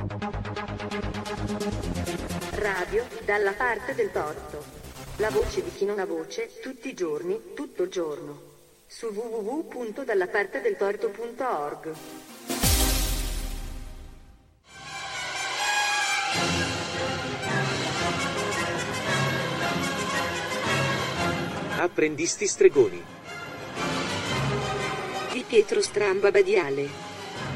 Radio dalla parte del torto. La voce di chi non ha voce, tutti i giorni, tutto il giorno. Su www.dallapartedeltorto.org. Apprendisti stregoni Di Pietro Stramba Badiale.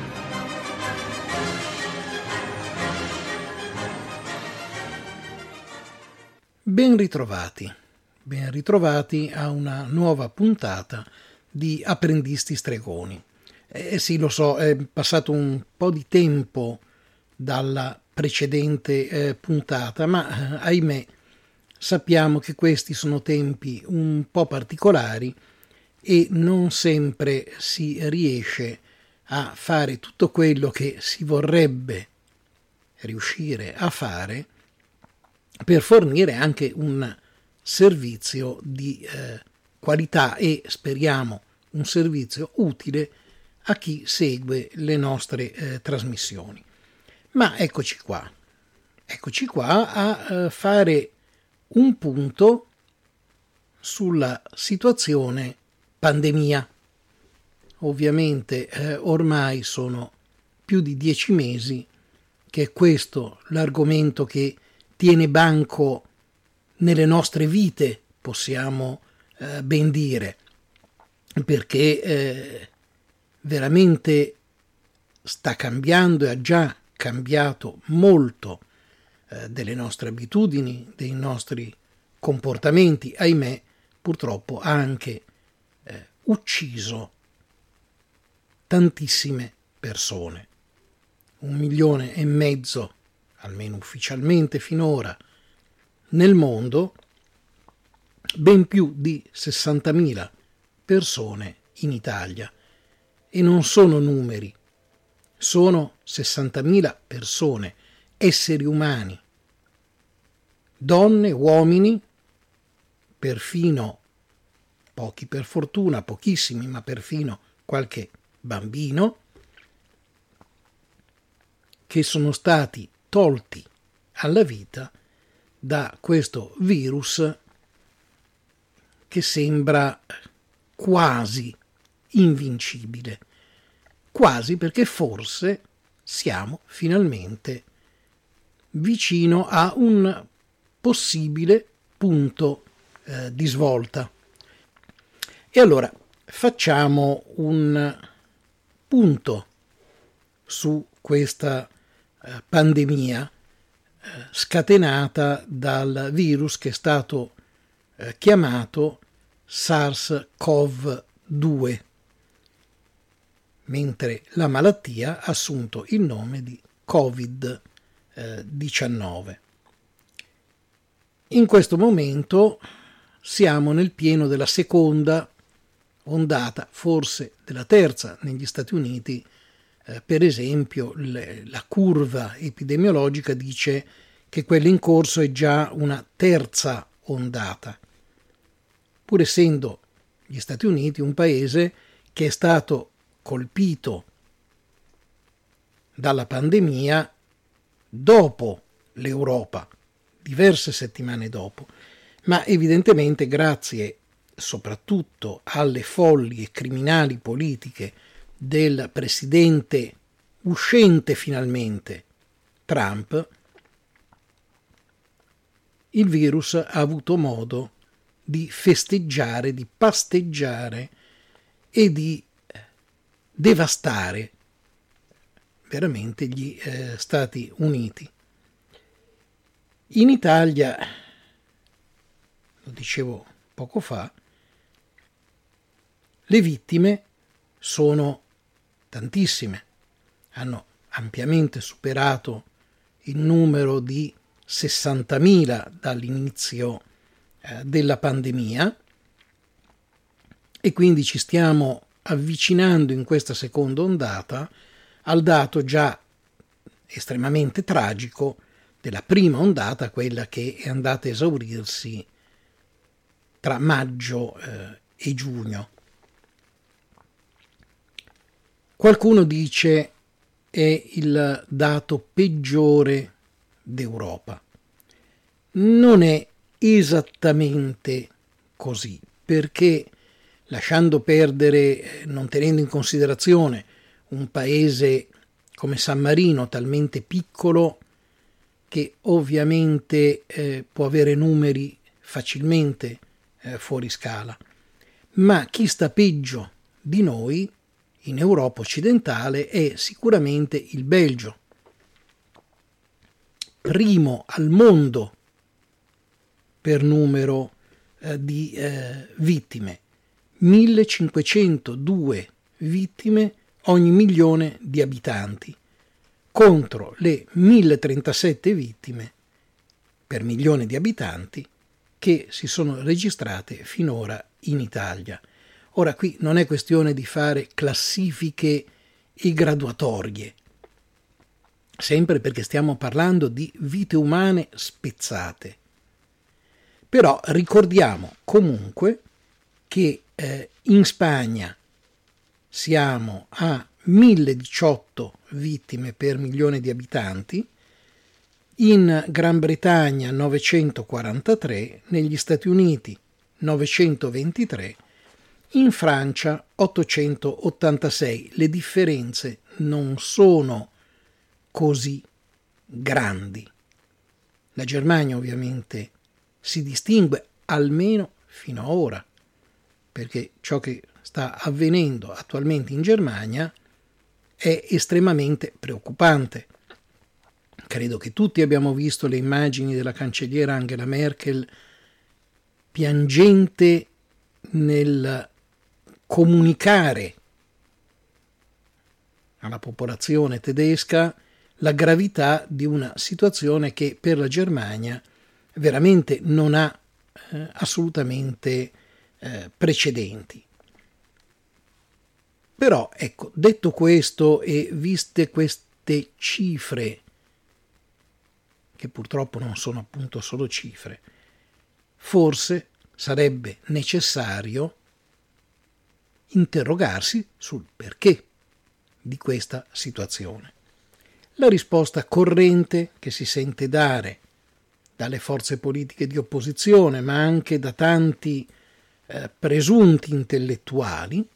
Ben ritrovati a una nuova puntata di Apprendisti stregoni. Sì, lo so, è passato un po' di tempo dalla precedente puntata, ma ahimè sappiamo che questi sono tempi un po' particolari e non sempre si riesce a fare tutto quello che si vorrebbe riuscire a fare per fornire anche un servizio di qualità e speriamo un servizio utile a chi segue le nostre trasmissioni. Ma eccoci qua a fare un punto sulla situazione pandemia. Ovviamente ormai sono più di 10 mesi che è questo l'argomento che tiene banco nelle nostre vite, possiamo ben dire, perché veramente sta cambiando e ha già cambiato molto delle nostre abitudini, dei nostri comportamenti, ahimè, purtroppo ha anche ucciso tantissime persone. 1,5 milioni, almeno ufficialmente finora, nel mondo, ben più di 60.000 persone in Italia. E non sono numeri, sono 60.000 persone, esseri umani, donne, uomini, perfino pochi per fortuna, pochissimi, ma perfino qualche bambino, che sono stati tolti alla vita da questo virus che sembra quasi invincibile. Quasi, perché forse siamo finalmente vicino a un possibile punto di svolta. E allora facciamo un punto su questa pandemia scatenata dal virus che è stato chiamato SARS-CoV-2, mentre la malattia ha assunto il nome di Covid-19. In questo momento siamo nel pieno della seconda ondata, forse della terza negli Stati Uniti. Per esempio, la curva epidemiologica dice che quella in corso è già una terza ondata, pur essendo gli Stati Uniti un paese che è stato colpito dalla pandemia dopo l'Europa, diverse settimane dopo, ma evidentemente grazie soprattutto alle folli e criminali politiche del presidente uscente finalmente Trump, il virus ha avuto modo di festeggiare, di pasteggiare e di devastare veramente gli Stati Uniti. In Italia, lo dicevo poco fa, le vittime sono tantissime, hanno ampiamente superato il numero di 60.000 dall'inizio della pandemia e quindi ci stiamo avvicinando in questa seconda ondata al dato già estremamente tragico della prima ondata, quella che è andata a esaurirsi tra maggio e giugno. Qualcuno dice è il dato peggiore d'Europa. Non è esattamente così, perché lasciando perdere, non tenendo in considerazione un paese come San Marino, talmente piccolo che ovviamente può avere numeri facilmente fuori scala, ma chi sta peggio di noi in Europa occidentale è sicuramente il Belgio, primo al mondo per numero di vittime, 1502 vittime ogni milione di abitanti, contro le 1037 vittime per milione di abitanti che si sono registrate finora in Italia. Ora qui non è questione di fare classifiche e graduatorie, sempre perché stiamo parlando di vite umane spezzate. Però ricordiamo comunque che in Spagna siamo a 1018 vittime per milione di abitanti, in Gran Bretagna 943, negli Stati Uniti 923, in Francia 886. Le differenze non sono così grandi. La Germania ovviamente si distingue, almeno fino ad ora, perché ciò che sta avvenendo attualmente in Germania è estremamente preoccupante. Credo che tutti abbiamo visto le immagini della cancelliera Angela Merkel piangente nel comunicare alla popolazione tedesca la gravità di una situazione che per la Germania veramente non ha assolutamente precedenti. Però ecco, detto questo e viste queste cifre, che purtroppo non sono appunto solo cifre, forse sarebbe necessario interrogarsi sul perché di questa situazione. La risposta corrente che si sente dare dalle forze politiche di opposizione, ma anche da tanti presunti intellettuali,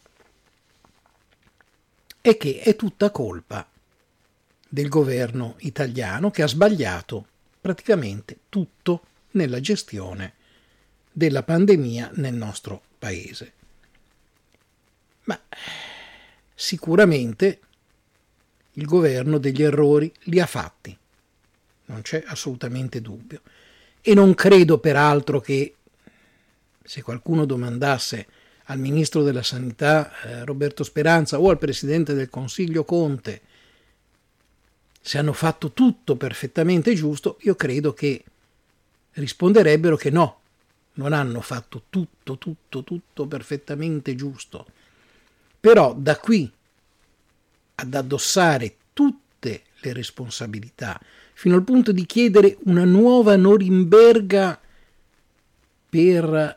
è che è tutta colpa del governo italiano, che ha sbagliato praticamente tutto nella gestione della pandemia nel nostro paese. Ma sicuramente il governo degli errori li ha fatti, non c'è assolutamente dubbio. E non credo peraltro che, se qualcuno domandasse al ministro della Sanità Roberto Speranza o al presidente del Consiglio Conte se hanno fatto tutto perfettamente giusto, io credo che risponderebbero che no, non hanno fatto tutto perfettamente giusto. Però da qui ad addossare tutte le responsabilità, fino al punto di chiedere una nuova Norimberga per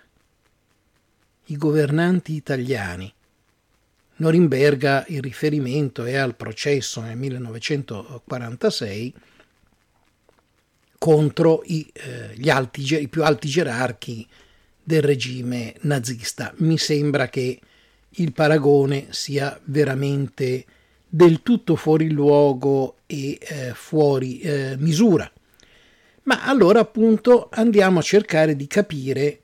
i governanti italiani. Norimberga, il riferimento è al processo nel 1946 contro i più alti gerarchi del regime nazista. Mi sembra che il paragone sia veramente del tutto fuori luogo e fuori misura. Ma allora appunto andiamo a cercare di capire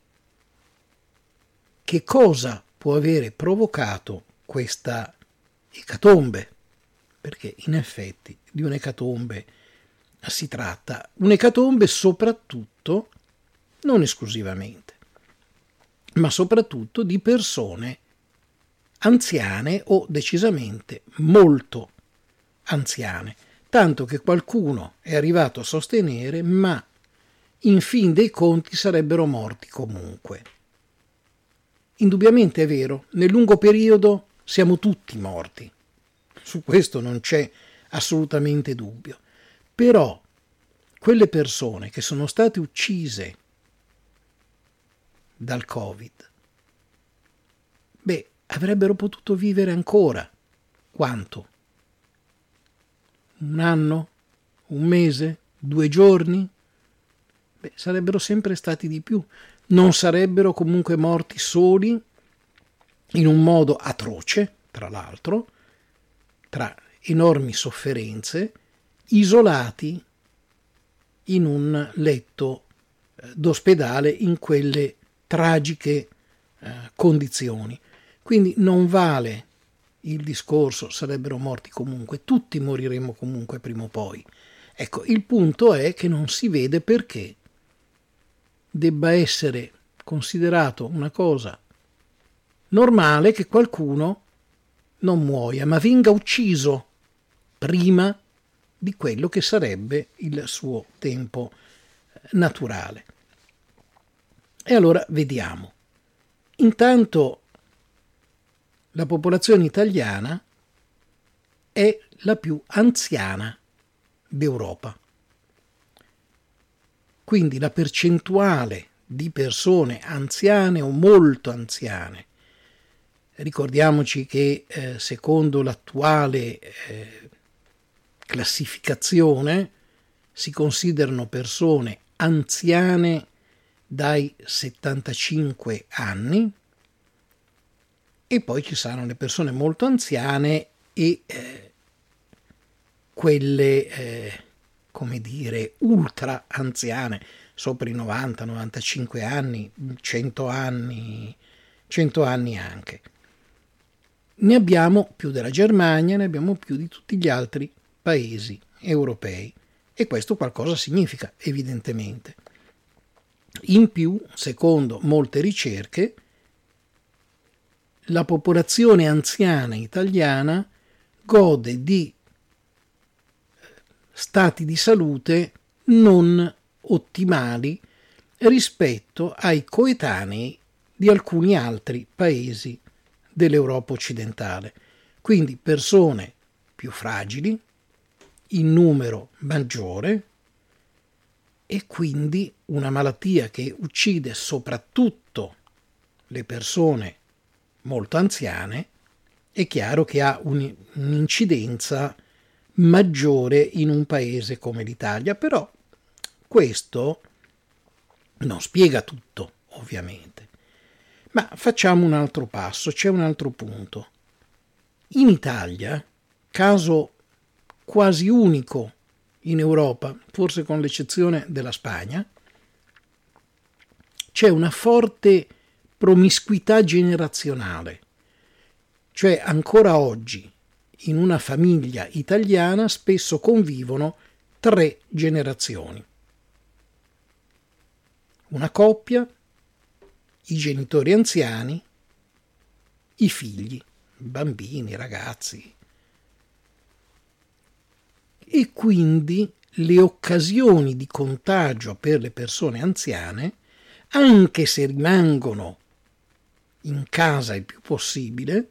che cosa può avere provocato questa ecatombe, perché in effetti di un'ecatombe si tratta, un'ecatombe soprattutto, non esclusivamente, ma soprattutto di persone anziane o decisamente molto anziane, tanto che qualcuno è arrivato a sostenere ma in fin dei conti sarebbero morti comunque. Indubbiamente è vero, nel lungo periodo siamo tutti morti, su questo non c'è assolutamente dubbio, però quelle persone che sono state uccise dal Covid, avrebbero potuto vivere ancora. Quanto? un anno, un mese, 2 giorni? Beh, sarebbero sempre stati di più. Non sarebbero comunque morti soli in un modo atroce, tra l'altro, tra enormi sofferenze, isolati in un letto d'ospedale in quelle tragiche condizioni. Quindi non vale il discorso sarebbero morti comunque, tutti moriremo comunque prima o poi. Ecco, il punto è che non si vede perché debba essere considerato una cosa normale che qualcuno non muoia, ma venga ucciso prima di quello che sarebbe il suo tempo naturale. E allora vediamo. Intanto la popolazione italiana è la più anziana d'Europa. Quindi la percentuale di persone anziane o molto anziane, ricordiamoci che secondo l'attuale classificazione si considerano persone anziane dai 75 anni e poi ci saranno le persone molto anziane e quelle come dire ultra anziane, sopra i 90-95 anni, 100 anni anche. Ne abbiamo più della Germania, ne abbiamo più di tutti gli altri paesi europei e questo qualcosa significa evidentemente. In più, secondo molte ricerche, la popolazione anziana italiana gode di stati di salute non ottimali rispetto ai coetanei di alcuni altri paesi dell'Europa occidentale. Quindi persone più fragili, in numero maggiore, e quindi una malattia che uccide soprattutto le persone molto anziane, è chiaro che ha un'incidenza maggiore in un paese come l'Italia, però questo non spiega tutto, ovviamente. Ma facciamo un altro passo, c'è un altro punto. In Italia, caso quasi unico in Europa, forse con l'eccezione della Spagna, c'è una forte promiscuità generazionale, cioè ancora oggi in una famiglia italiana spesso convivono 3 generazioni. Una coppia, i genitori anziani, i figli, bambini, ragazzi. E quindi le occasioni di contagio per le persone anziane, anche se rimangono in casa il più possibile,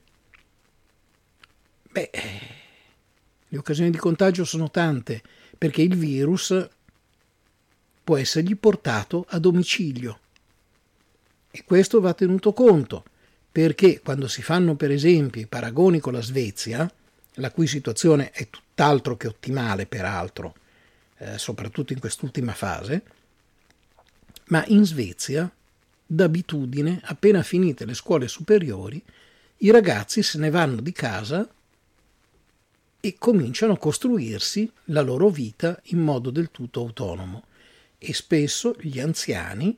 le occasioni di contagio sono tante, perché il virus può essergli portato a domicilio. E questo va tenuto conto, perché quando si fanno per esempio i paragoni con la Svezia, la cui situazione è tutt'altro che ottimale peraltro, soprattutto in quest'ultima fase, ma in Svezia, d'abitudine, appena finite le scuole superiori, i ragazzi se ne vanno di casa e cominciano a costruirsi la loro vita in modo del tutto autonomo. E spesso gli anziani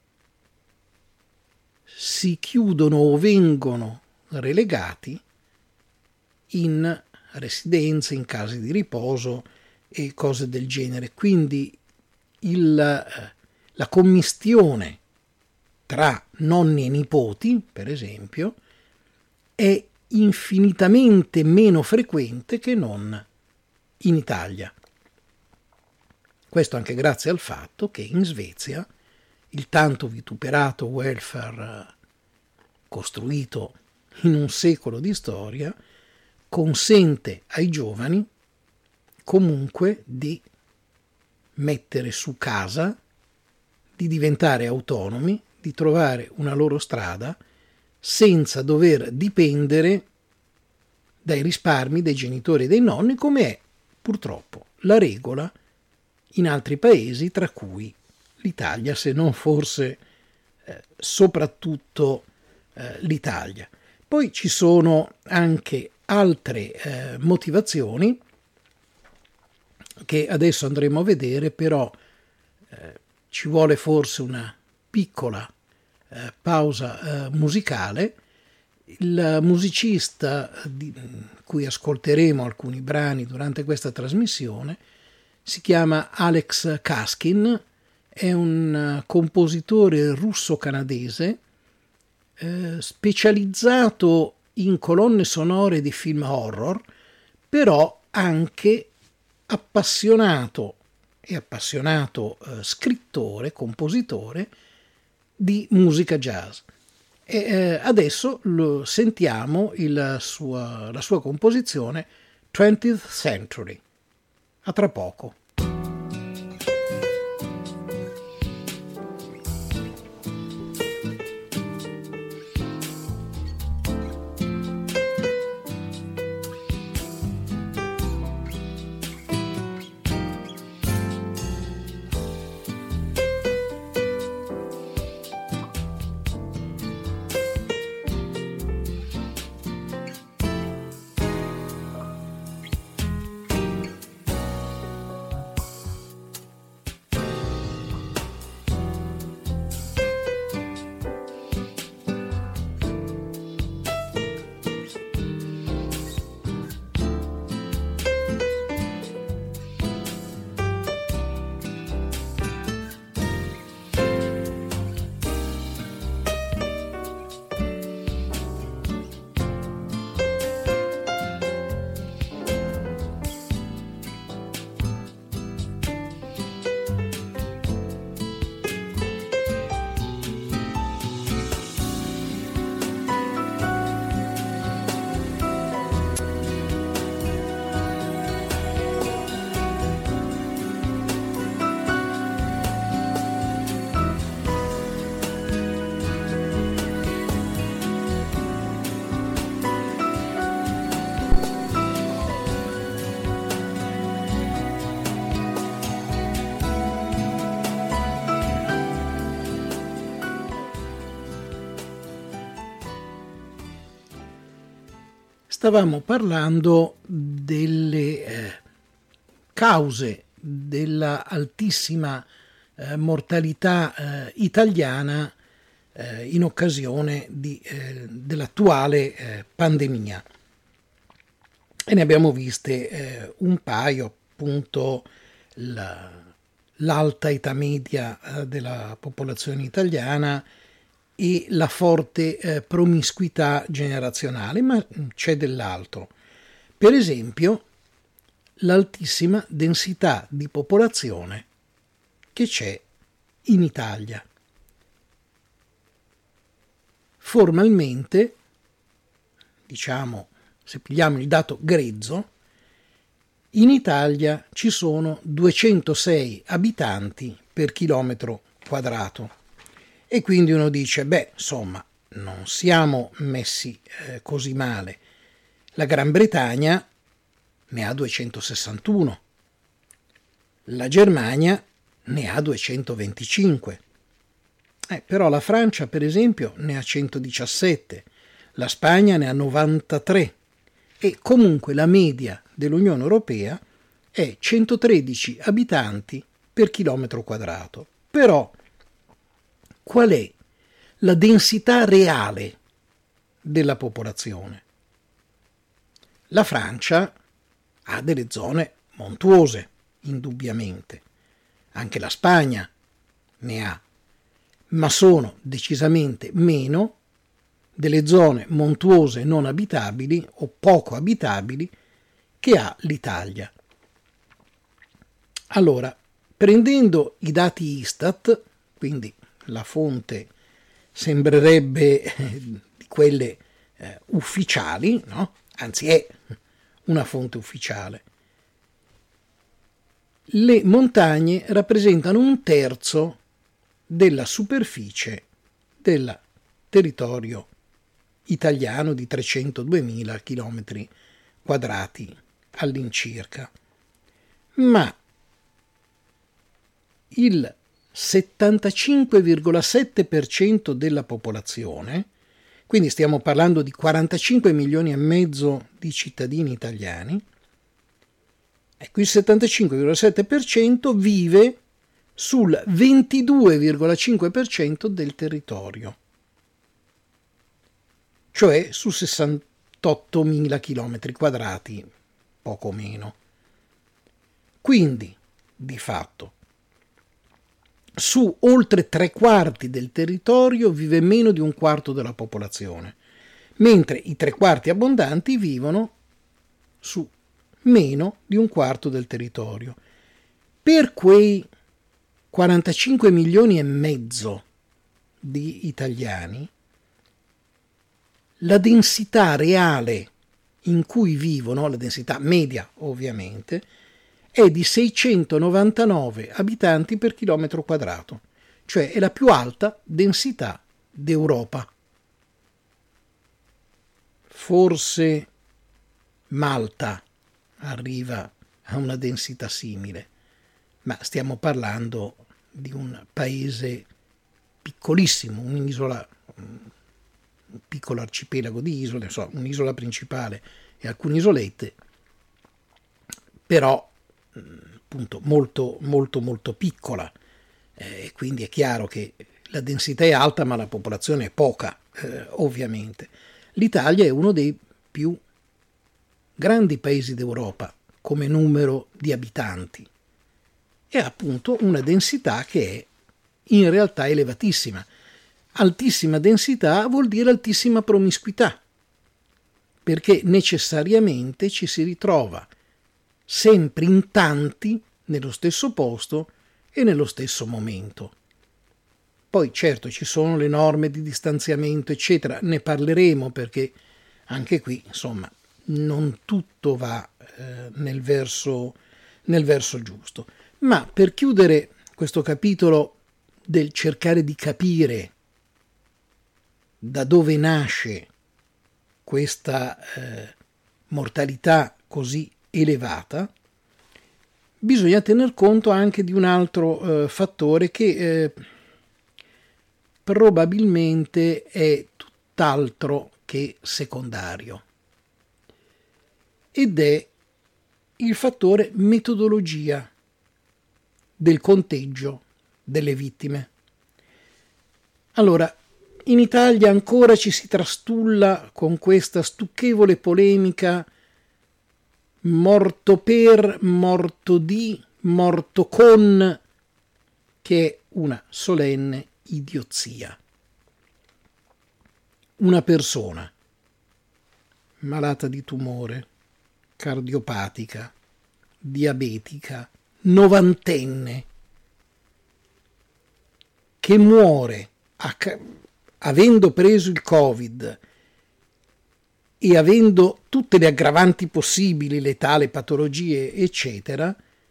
si chiudono o vengono relegati in residenze, in case di riposo e cose del genere. Quindi la commistione tra nonni e nipoti, per esempio, è infinitamente meno frequente che non in Italia. Questo anche grazie al fatto che in Svezia il tanto vituperato welfare costruito in un secolo di storia consente ai giovani comunque di mettere su casa, di diventare autonomi, di trovare una loro strada senza dover dipendere dai risparmi dei genitori e dei nonni, come è purtroppo la regola in altri paesi, tra cui l'Italia, se non forse soprattutto l'Italia. Poi ci sono anche altre motivazioni che adesso andremo a vedere, però ci vuole forse una piccola pausa musicale. Il musicista di cui ascolteremo alcuni brani durante questa trasmissione si chiama Alex Kaskin, è un compositore russo-canadese specializzato in colonne sonore di film horror, però anche appassionato scrittore, compositore di musica jazz. E adesso sentiamo la sua composizione 20th Century. A tra poco. Stavamo parlando delle cause della altissima mortalità italiana in occasione dell'attuale pandemia. E ne abbiamo viste un paio, appunto l'alta età media della popolazione italiana e la forte promiscuità generazionale, ma c'è dell'altro. Per esempio, l'altissima densità di popolazione che c'è in Italia. Formalmente, diciamo, se pigliamo il dato grezzo, in Italia ci sono 206 abitanti per chilometro quadrato. E quindi uno dice, insomma, non siamo messi così male. La Gran Bretagna ne ha 261, la Germania ne ha 225, però la Francia, per esempio, ne ha 117, la Spagna ne ha 93 e comunque la media dell'Unione Europea è 113 abitanti per chilometro quadrato. Però qual è la densità reale della popolazione? La Francia ha delle zone montuose, indubbiamente. Anche la Spagna ne ha, ma sono decisamente meno delle zone montuose non abitabili o poco abitabili che ha l'Italia. Allora, prendendo i dati Istat, quindi la fonte sembrerebbe di quelle ufficiali, no? Anzi è una fonte ufficiale. Le montagne rappresentano 1/3 della superficie del territorio italiano di 302.000 km² all'incirca. ma il 75,7% della popolazione, quindi stiamo parlando di 45 milioni e mezzo di cittadini italiani, ecco, il 75,7% vive sul 22,5% del territorio, cioè su 68.000 chilometri quadrati, poco meno. Quindi, di fatto, su oltre 3/4 del territorio vive meno di 1/4 della popolazione, mentre i 3/4 abbondanti vivono su meno di 1/4 del territorio. Per quei 45 milioni e mezzo di italiani, la densità reale in cui vivono, la densità media ovviamente, è di 699 abitanti per chilometro quadrato, cioè è la più alta densità d'Europa. Forse Malta arriva a una densità simile, ma stiamo parlando di un paese piccolissimo, un'isola, un piccolo arcipelago di isole, un'isola principale e alcune isolette, però appunto molto molto molto piccola, quindi è chiaro che la densità è alta ma la popolazione è poca, ovviamente. L'Italia è uno dei più grandi paesi d'Europa come numero di abitanti e ha appunto una densità che è in realtà elevatissima. Altissima densità vuol dire altissima promiscuità, perché necessariamente ci si ritrova sempre in tanti nello stesso posto e nello stesso momento. Poi certo ci sono le norme di distanziamento eccetera, ne parleremo perché anche qui insomma non tutto va nel verso giusto. Ma per chiudere questo capitolo del cercare di capire da dove nasce questa mortalità così elevata, bisogna tener conto anche di un altro fattore che probabilmente è tutt'altro che secondario, ed è il fattore metodologia del conteggio delle vittime. Allora, in Italia ancora ci si trastulla con questa stucchevole polemica morto per, morto di, morto con, che è una solenne idiozia. Una persona malata di tumore, cardiopatica, diabetica, novantenne, che muore avendo preso il Covid e avendo tutte le aggravanti possibili, letale, patologie, eccetera,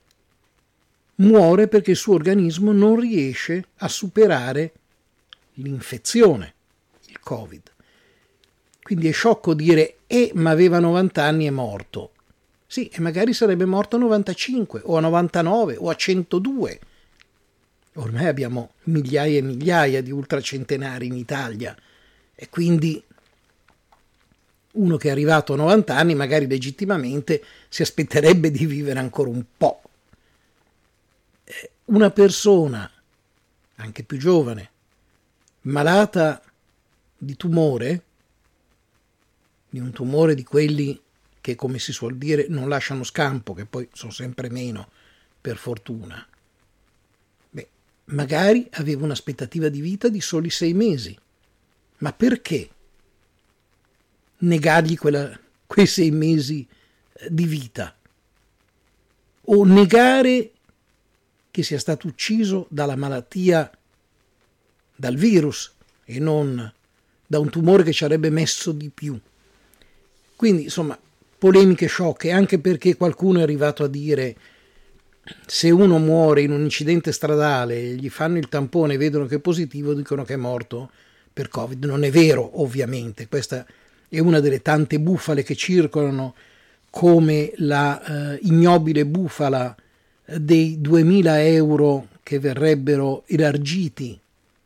muore perché il suo organismo non riesce a superare l'infezione, il Covid. Quindi è sciocco dire ma aveva 90 anni e è morto. Sì, e magari sarebbe morto a 95 o a 99 o a 102. Ormai abbiamo migliaia e migliaia di ultracentenari in Italia e quindi uno che è arrivato a 90 anni magari legittimamente si aspetterebbe di vivere ancora un po'. Una persona, anche più giovane, malata di tumore, di un tumore di quelli che, come si suol dire, non lasciano scampo, che poi sono sempre meno, per fortuna, magari aveva un'aspettativa di vita di soli 6 mesi. Ma perché negargli quei 6 mesi di vita? O negare che sia stato ucciso dalla malattia, dal virus, e non da un tumore che ci avrebbe messo di più? Quindi, insomma, polemiche sciocche, anche perché qualcuno è arrivato a dire: se uno muore in un incidente stradale, gli fanno il tampone e vedono che è positivo, dicono che è morto per Covid. Non è vero, ovviamente. Questa è una delle tante bufale che circolano, come la ignobile bufala dei 2.000 euro che verrebbero elargiti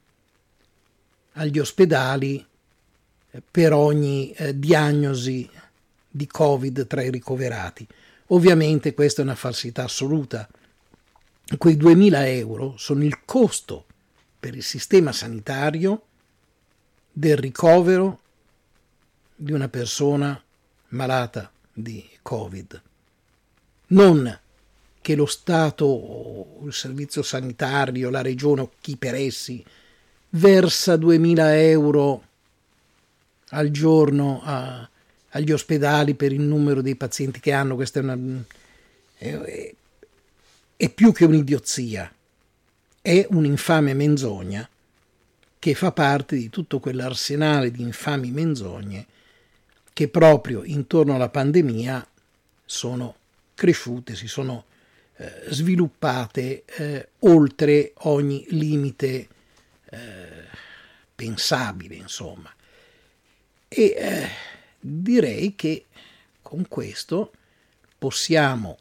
agli ospedali per ogni diagnosi di Covid tra i ricoverati. Ovviamente questa è una falsità assoluta. Quei 2.000 euro sono il costo per il sistema sanitario del ricovero di una persona malata di Covid. Non che lo Stato, il servizio sanitario, la regione o chi per essi versa 2.000 euro al giorno agli ospedali per il numero dei pazienti che hanno. Questa è più che un'idiozia, è un'infame menzogna che fa parte di tutto quell'arsenale di infami menzogne che proprio intorno alla pandemia sono cresciute, si sono sviluppate oltre ogni limite pensabile, insomma. E direi che con questo possiamo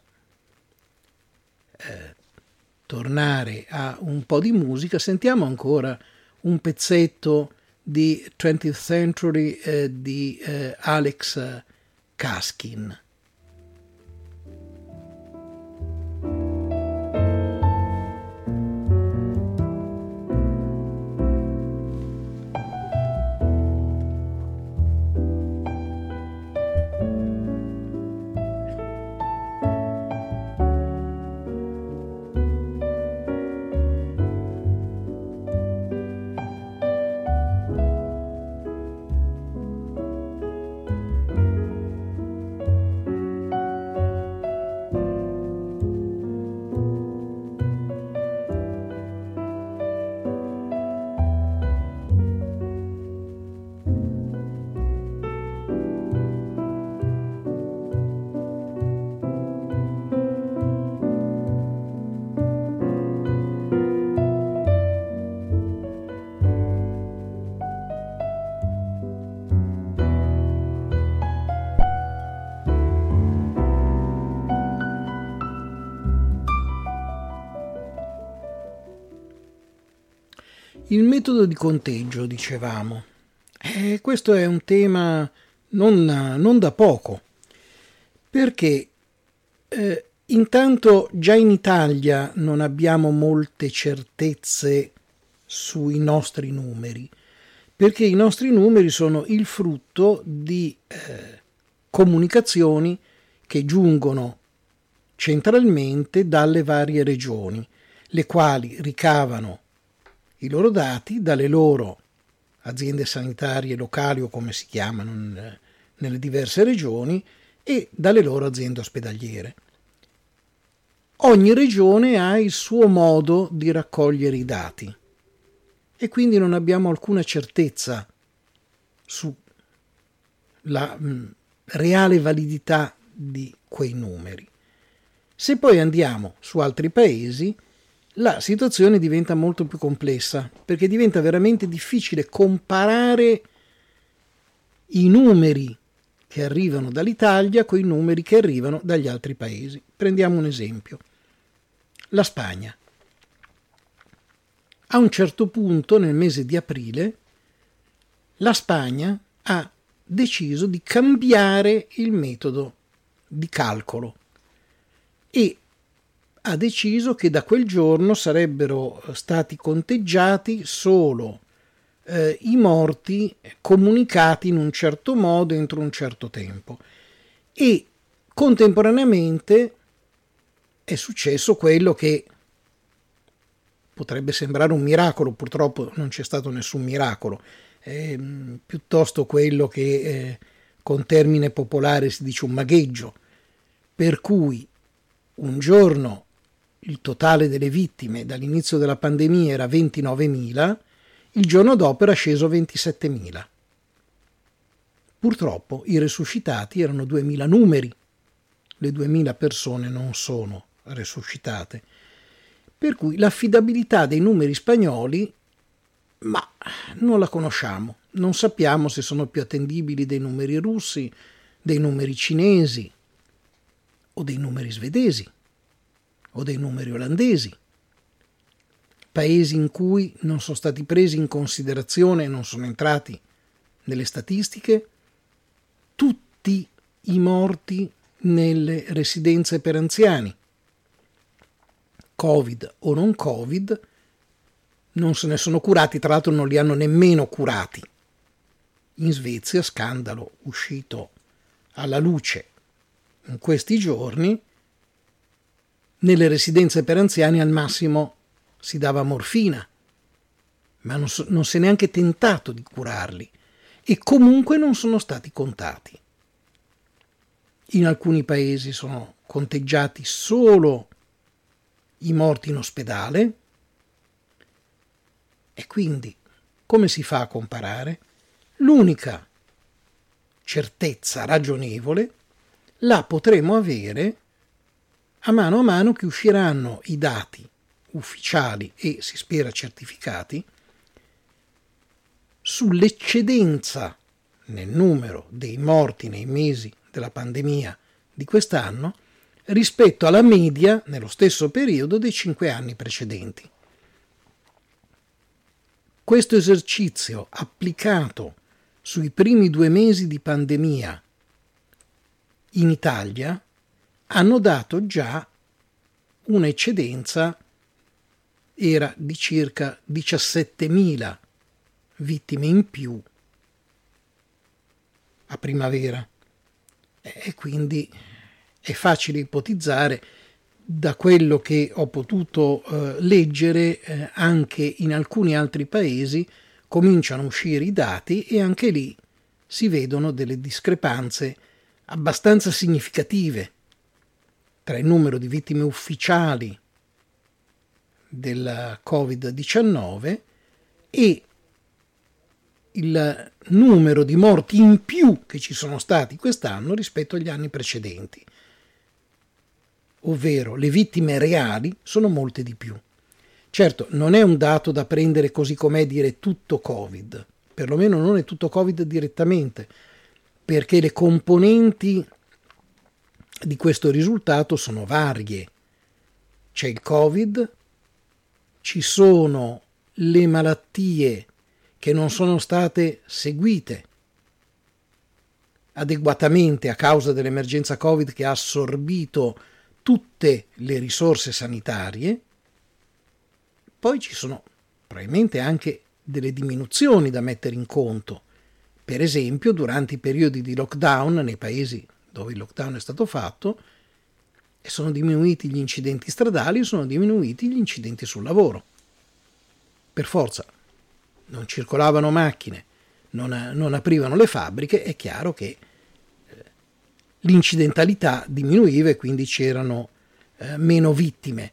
tornare a un po' di musica. Sentiamo ancora un pezzetto di 20th Century di Alex Kaskin. Il metodo di conteggio, dicevamo, questo è un tema non da poco, perché intanto già in Italia non abbiamo molte certezze sui nostri numeri, perché i nostri numeri sono il frutto di comunicazioni che giungono centralmente dalle varie regioni, le quali ricavano i loro dati dalle loro aziende sanitarie locali o come si chiamano nelle diverse regioni e dalle loro aziende ospedaliere. Ogni regione ha il suo modo di raccogliere i dati e quindi non abbiamo alcuna certezza sulla reale validità di quei numeri. Se poi andiamo su altri paesi, la situazione diventa molto più complessa, perché diventa veramente difficile comparare i numeri che arrivano dall'Italia con i numeri che arrivano dagli altri paesi. Prendiamo un esempio. La Spagna. A un certo punto, nel mese di aprile, la Spagna ha deciso di cambiare il metodo di calcolo e ha deciso che da quel giorno sarebbero stati conteggiati solo i morti comunicati in un certo modo entro un certo tempo. E contemporaneamente è successo quello che potrebbe sembrare un miracolo, purtroppo non c'è stato nessun miracolo, piuttosto quello che con termine popolare si dice un magheggio, per cui un giorno il totale delle vittime dall'inizio della pandemia era 29.000, il giorno dopo era sceso a 27.000. Purtroppo i resuscitati erano 2.000 numeri, le 2.000 persone non sono resuscitate, per cui l'affidabilità dei numeri spagnoli, ma non la conosciamo, non sappiamo se sono più attendibili dei numeri russi, dei numeri cinesi o dei numeri svedesi. o dei numeri olandesi, paesi in cui non sono stati presi in considerazione e non sono entrati nelle statistiche tutti i morti nelle residenze per anziani, Covid o non Covid, non se ne sono curati, tra l'altro non li hanno nemmeno curati. In Svezia, scandalo uscito alla luce in questi giorni, nelle residenze per anziani al massimo si dava morfina, ma non si è neanche tentato di curarli e comunque non sono stati contati. In alcuni paesi sono conteggiati solo i morti in ospedale e quindi come si fa a comparare? L'unica certezza ragionevole la potremo avere a mano che usciranno i dati ufficiali e si spera certificati sull'eccedenza nel numero dei morti nei mesi della pandemia di quest'anno rispetto alla media nello stesso periodo dei 5 anni precedenti. Questo esercizio applicato sui primi 2 mesi di pandemia in Italia hanno dato già un'eccedenza, era di circa 17.000 vittime in più a primavera e quindi è facile ipotizzare, da quello che ho potuto leggere, anche in alcuni altri paesi cominciano a uscire i dati e anche lì si vedono delle discrepanze abbastanza significative tra il numero di vittime ufficiali del Covid-19 e il numero di morti in più che ci sono stati quest'anno rispetto agli anni precedenti. Ovvero le vittime reali sono molte di più. Certo, non è un dato da prendere così com'è dire tutto Covid, perlomeno non è tutto Covid direttamente, perché le componenti di questo risultato sono varie. C'è il Covid, ci sono le malattie che non sono state seguite adeguatamente a causa dell'emergenza Covid che ha assorbito tutte le risorse sanitarie. Poi ci sono probabilmente anche delle diminuzioni da mettere in conto. Per esempio, durante i periodi di lockdown nei paesi dove il lockdown è stato fatto, sono diminuiti gli incidenti stradali, sono diminuiti gli incidenti sul lavoro. Per forza, non circolavano macchine, non aprivano le fabbriche, è chiaro che l'incidentalità diminuiva e quindi c'erano meno vittime.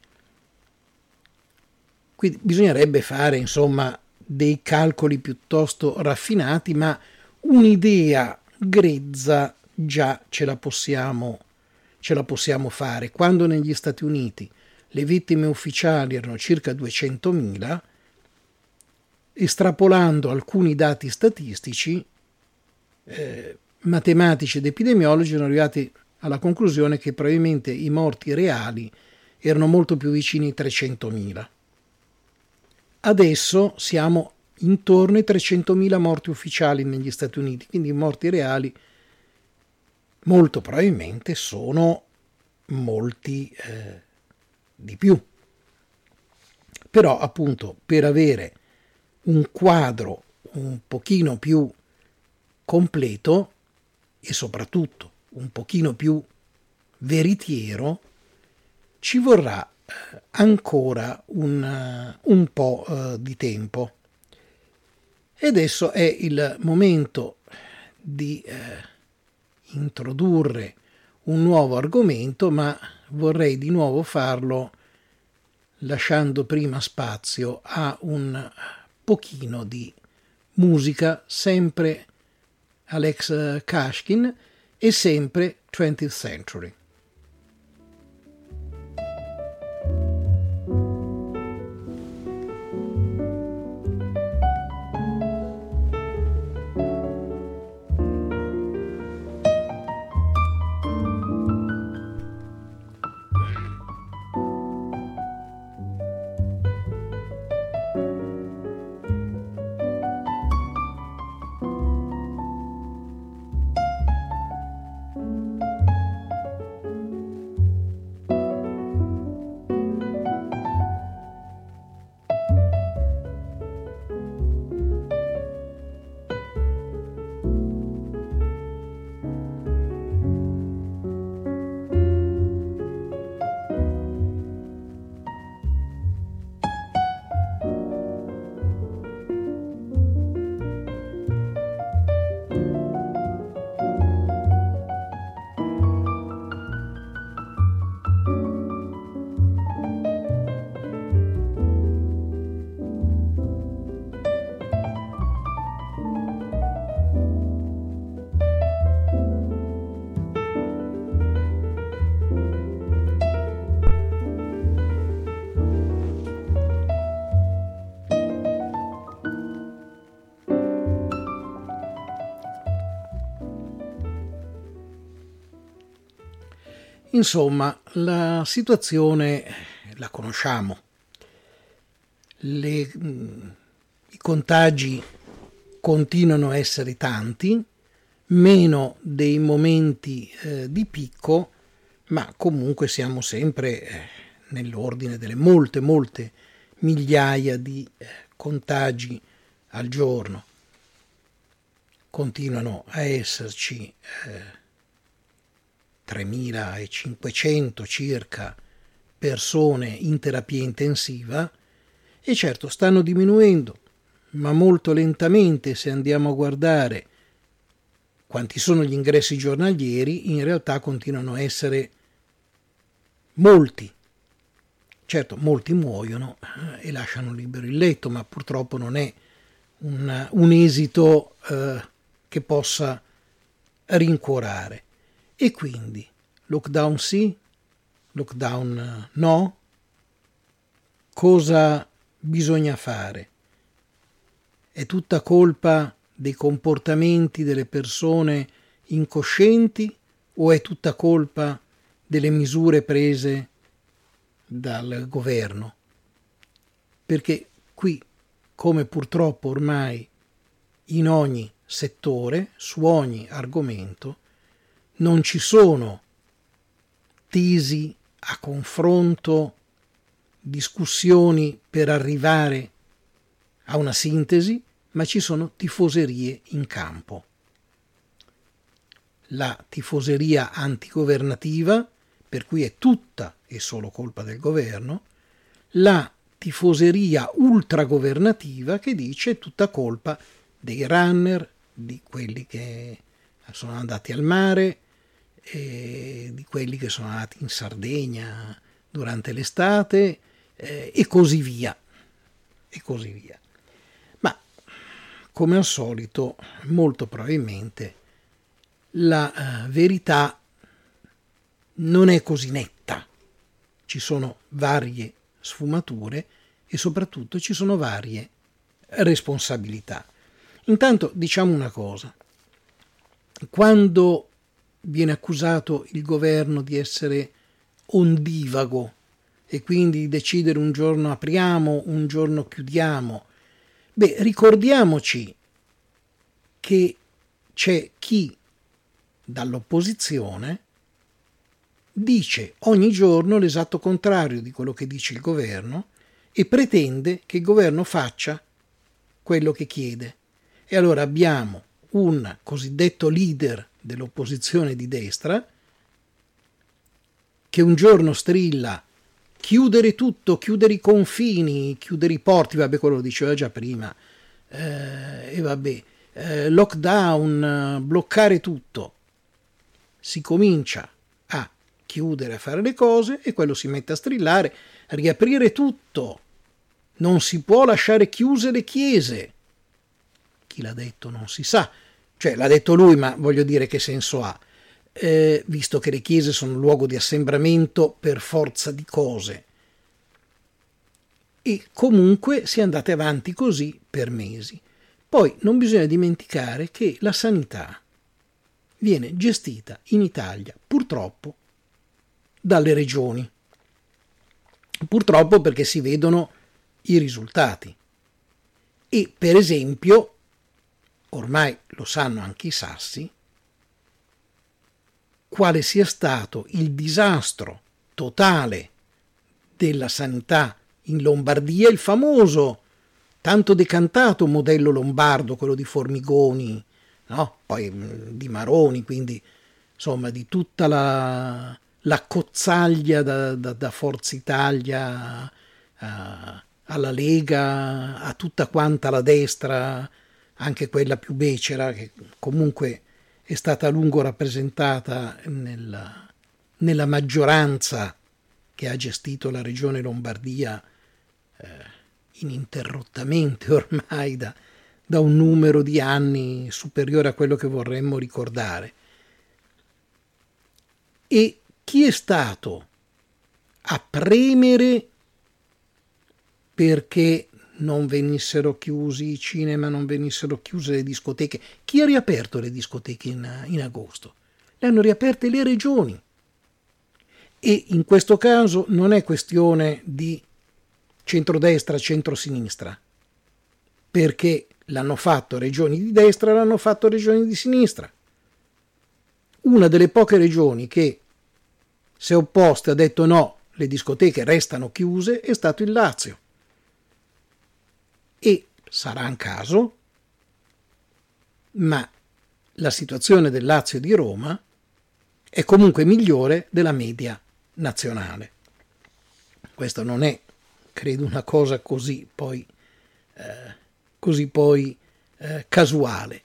Quindi bisognerebbe fare, insomma, dei calcoli piuttosto raffinati, ma un'idea grezza già ce la possiamo fare. Quando negli Stati Uniti le vittime ufficiali erano circa 200.000, estrapolando alcuni dati statistici, matematici ed epidemiologi sono arrivati alla conclusione che probabilmente i morti reali erano molto più vicini ai 300.000. Adesso siamo intorno ai 300.000 morti ufficiali negli Stati Uniti, quindi i morti reali molto probabilmente sono molti di più. Però appunto per avere un quadro un pochino più completo e soprattutto un pochino più veritiero ci vorrà ancora un po' di tempo. E adesso è il momento di introdurre un nuovo argomento, ma vorrei di nuovo farlo lasciando prima spazio a un pochino di musica, sempre Alex Kashkin e sempre 20th Century. Insomma, la situazione la conosciamo. I contagi continuano a essere tanti, meno dei momenti di picco, ma comunque siamo sempre nell'ordine delle molte migliaia di contagi al giorno. Continuano a esserci 3.500 circa persone in terapia intensiva, e certo stanno diminuendo, ma molto lentamente. Se andiamo a guardare quanti sono gli ingressi giornalieri, in realtà continuano a essere molti. Certo, molti muoiono e lasciano libero il letto, ma purtroppo non è un esito che possa rincuorare. E quindi lockdown sì, lockdown no? Cosa bisogna fare? È tutta colpa dei comportamenti delle persone incoscienti o è tutta colpa delle misure prese dal governo? Perché qui, come purtroppo ormai in ogni settore, su ogni argomento, non ci sono tesi a confronto, discussioni per arrivare a una sintesi, ma ci sono tifoserie in campo. La tifoseria antigovernativa, per cui è tutta e solo colpa del governo, la tifoseria ultragovernativa che dice è tutta colpa dei runner, di quelli che sono andati al mare, e di quelli che sono andati in Sardegna durante l'estate, e così via. E così via. Ma, come al solito, molto probabilmente la verità non è così netta. Ci sono varie sfumature e soprattutto ci sono varie responsabilità. Intanto diciamo una cosa. Quando viene accusato il governo di essere ondivago e quindi di decidere un giorno apriamo, un giorno chiudiamo, ricordiamoci che c'è chi dall'opposizione dice ogni giorno l'esatto contrario di quello che dice il governo e pretende che il governo faccia quello che chiede. E allora abbiamo un cosiddetto leader dell'opposizione di destra che un giorno strilla chiudere tutto, chiudere i confini, chiudere i porti, quello lo diceva già prima, lockdown, bloccare tutto. Si comincia a chiudere, a fare le cose e quello si mette a strillare, riaprire tutto, non si può lasciare chiuse le chiese. Chi l'ha detto non si sa, cioè l'ha detto lui, ma voglio dire che senso ha, visto che le chiese sono un luogo di assembramento per forza di cose. E comunque si è andate avanti così per mesi. Poi non bisogna dimenticare che la sanità viene gestita in Italia purtroppo dalle regioni. Purtroppo perché si vedono i risultati. E per esempio, ormai lo sanno anche i sassi, quale sia stato il disastro totale della sanità in Lombardia, il famoso, tanto decantato modello lombardo, quello di Formigoni, no? Poi di Maroni, quindi insomma di tutta la cozzaglia da Forza Italia alla Lega, a tutta quanta la destra, anche quella più becera, che comunque è stata a lungo rappresentata nella maggioranza che ha gestito la regione Lombardia ininterrottamente ormai da un numero di anni superiore a quello che vorremmo ricordare. E chi è stato a premere perché non venissero chiusi i cinema, non venissero chiuse le discoteche? Chi ha riaperto le discoteche in agosto? Le hanno riaperte le regioni. E in questo caso non è questione di centrodestra, centrosinistra, perché l'hanno fatto regioni di destra, l'hanno fatto regioni di sinistra. Una delle poche regioni che si è opposta e ha detto no, le discoteche restano chiuse, è stato il Lazio. E sarà un caso, ma la situazione del Lazio e di Roma è comunque migliore della media nazionale. Questo non è, credo, una cosa così poi casuale.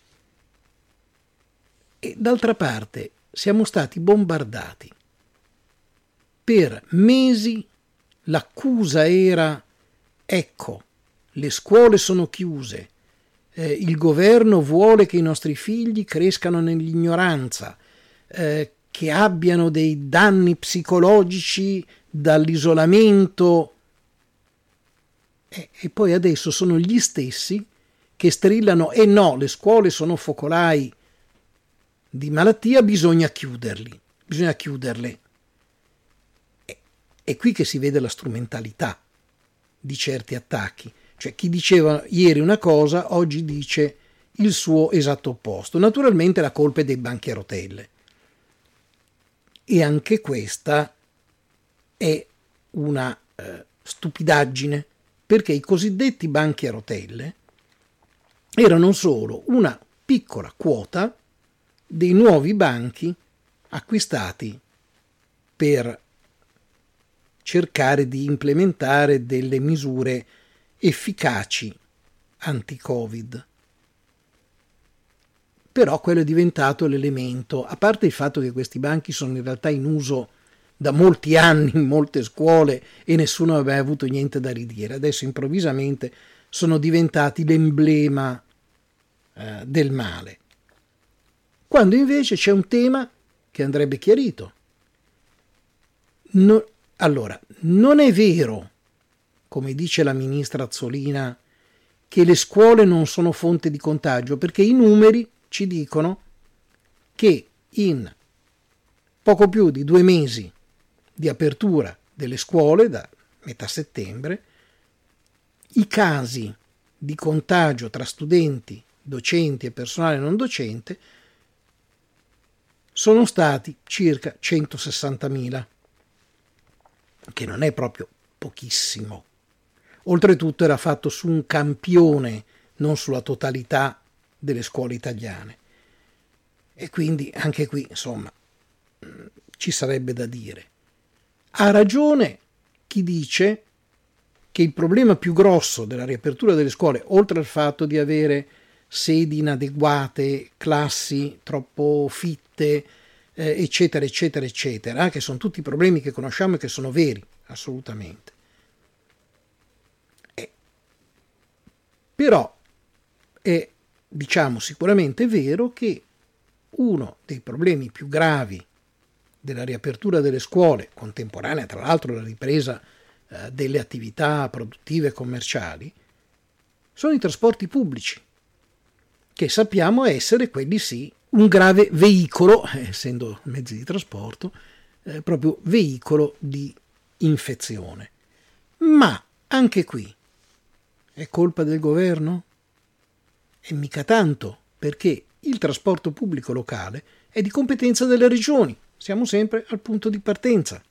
E d'altra parte siamo stati bombardati. Per mesi l'accusa era: ecco, le scuole sono chiuse, il governo vuole che i nostri figli crescano nell'ignoranza, che abbiano dei danni psicologici dall'isolamento. E poi adesso sono gli stessi che strillano: e no, le scuole sono focolai di malattia, bisogna chiuderle. È qui che si vede la strumentalità di certi attacchi. Cioè, chi diceva ieri una cosa oggi dice il suo esatto opposto. Naturalmente la colpa è dei banchi a rotelle. E anche questa è una stupidaggine, perché i cosiddetti banchi a rotelle erano solo una piccola quota dei nuovi banchi acquistati per cercare di implementare delle misure efficaci anti-Covid. Però quello è diventato l'elemento, a parte il fatto che questi banchi sono in realtà in uso da molti anni in molte scuole e nessuno aveva avuto niente da ridire, adesso improvvisamente sono diventati l'emblema del male. Quando invece c'è un tema che andrebbe chiarito. Allora, non è vero, come dice la ministra Azzolina, che le scuole non sono fonte di contagio, perché i numeri ci dicono che in poco più di 2 mesi di apertura delle scuole, da metà settembre, i casi di contagio tra studenti, docenti e personale non docente sono stati circa 160.000, che non è proprio pochissimo. Oltretutto era fatto su un campione, non sulla totalità delle scuole italiane. E quindi anche qui, insomma, ci sarebbe da dire. Ha ragione chi dice che il problema più grosso della riapertura delle scuole, oltre al fatto di avere sedi inadeguate, classi troppo fitte, eccetera, eccetera, eccetera, che sono tutti problemi che conosciamo e che sono veri, assolutamente. Però è, diciamo, sicuramente vero che uno dei problemi più gravi della riapertura delle scuole, contemporanea tra l'altro alla ripresa delle attività produttive e commerciali, sono i trasporti pubblici, che sappiamo essere, quelli sì, un grave veicolo, essendo mezzi di trasporto, proprio veicolo di infezione. Ma anche qui è colpa del governo? E mica tanto, perché il trasporto pubblico locale è di competenza delle regioni. Siamo sempre al punto di partenza.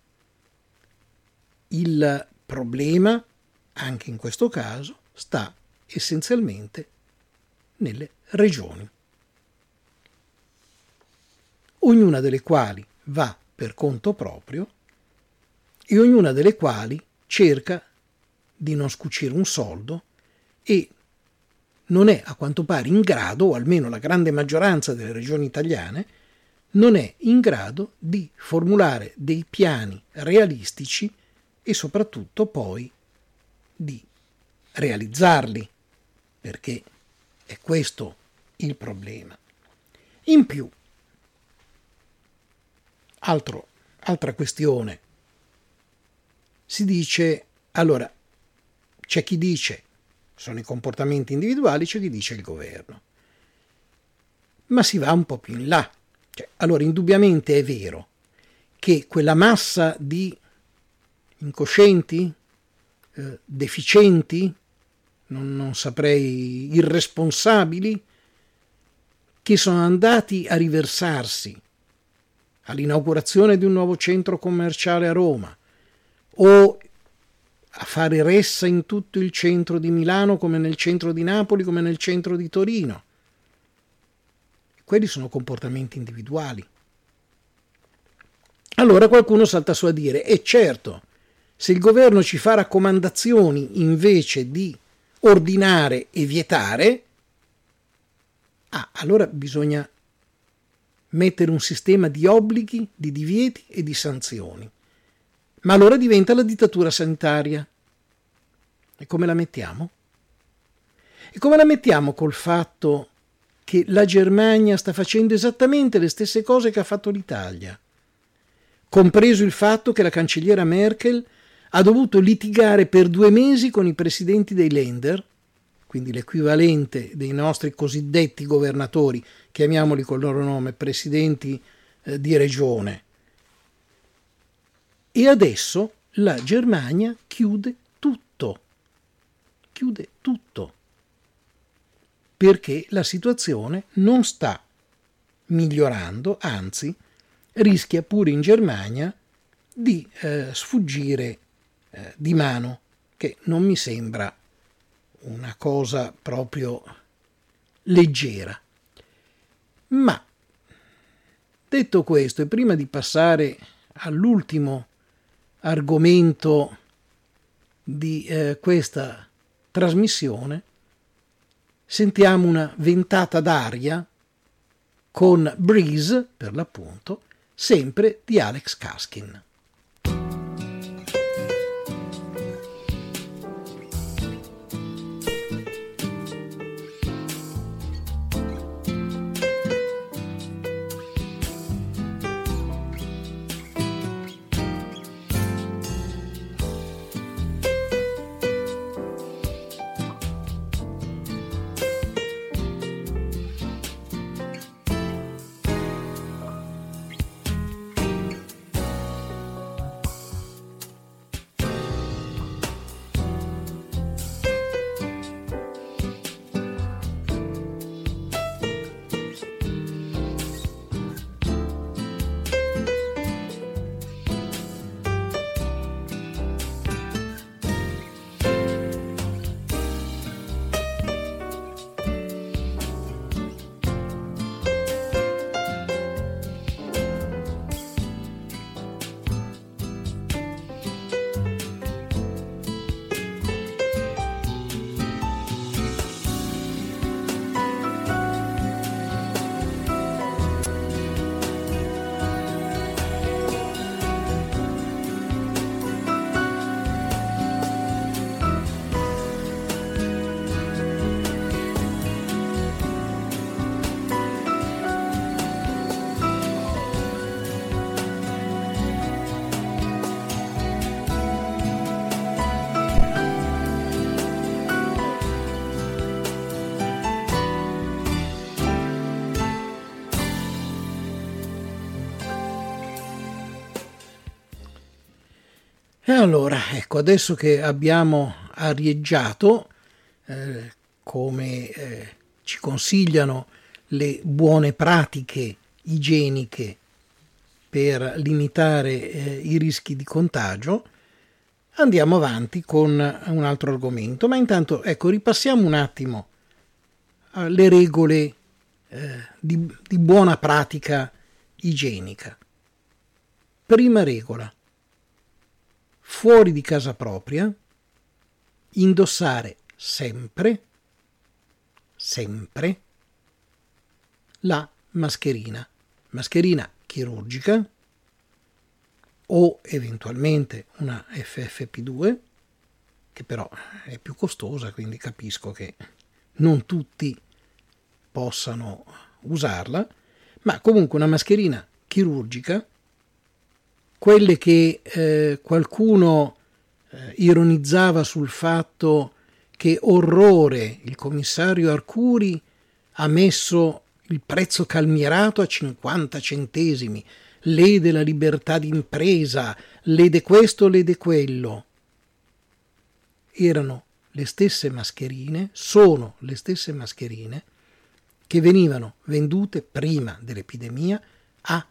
Il problema, anche in questo caso, sta essenzialmente nelle regioni, ognuna delle quali va per conto proprio e ognuna delle quali cerca di non scucire un soldo e non è a quanto pare in grado, o almeno la grande maggioranza delle regioni italiane, non è in grado di formulare dei piani realistici e soprattutto poi di realizzarli, perché è questo il problema. In più, altra questione, si dice, allora, c'è chi dice sono i comportamenti individuali, c'è chi dice il governo. Ma si va un po' più in là. Allora, indubbiamente è vero che quella massa di incoscienti, deficienti, non saprei, irresponsabili, che sono andati a riversarsi all'inaugurazione di un nuovo centro commerciale a Roma o a fare ressa in tutto il centro di Milano, come nel centro di Napoli, come nel centro di Torino. Quelli sono comportamenti individuali. Allora qualcuno salta su a dire: e certo, se il governo ci fa raccomandazioni invece di ordinare e vietare, allora bisogna mettere un sistema di obblighi, di divieti e di sanzioni. Ma allora diventa la dittatura sanitaria. E come la mettiamo? E come la mettiamo col fatto che la Germania sta facendo esattamente le stesse cose che ha fatto l'Italia, compreso il fatto che la cancelliera Merkel ha dovuto litigare per 2 mesi con i presidenti dei Länder, quindi l'equivalente dei nostri cosiddetti governatori, chiamiamoli col loro nome, presidenti di regione. E adesso la Germania chiude tutto, perché la situazione non sta migliorando, anzi rischia pure in Germania di sfuggire di mano, che non mi sembra una cosa proprio leggera. Ma detto questo, e prima di passare all'ultimo argomento di questa trasmissione, sentiamo una ventata d'aria con Breeze, per l'appunto, sempre di Alex Kaskin. E allora, ecco, adesso che abbiamo arieggiato, come ci consigliano le buone pratiche igieniche per limitare i rischi di contagio, andiamo avanti con un altro argomento. Ma intanto, ecco, ripassiamo un attimo le regole di buona pratica igienica. Prima regola: fuori di casa propria, indossare sempre la mascherina chirurgica o eventualmente una FFP2, che però è più costosa, quindi capisco che non tutti possano usarla, ma comunque una mascherina chirurgica, quelle che qualcuno ironizzava sul fatto che orrore, il commissario Arcuri ha messo il prezzo calmierato a 50 centesimi, lede la libertà di impresa, lede questo, lede quello. Erano le stesse mascherine, sono le stesse mascherine che venivano vendute prima dell'epidemia a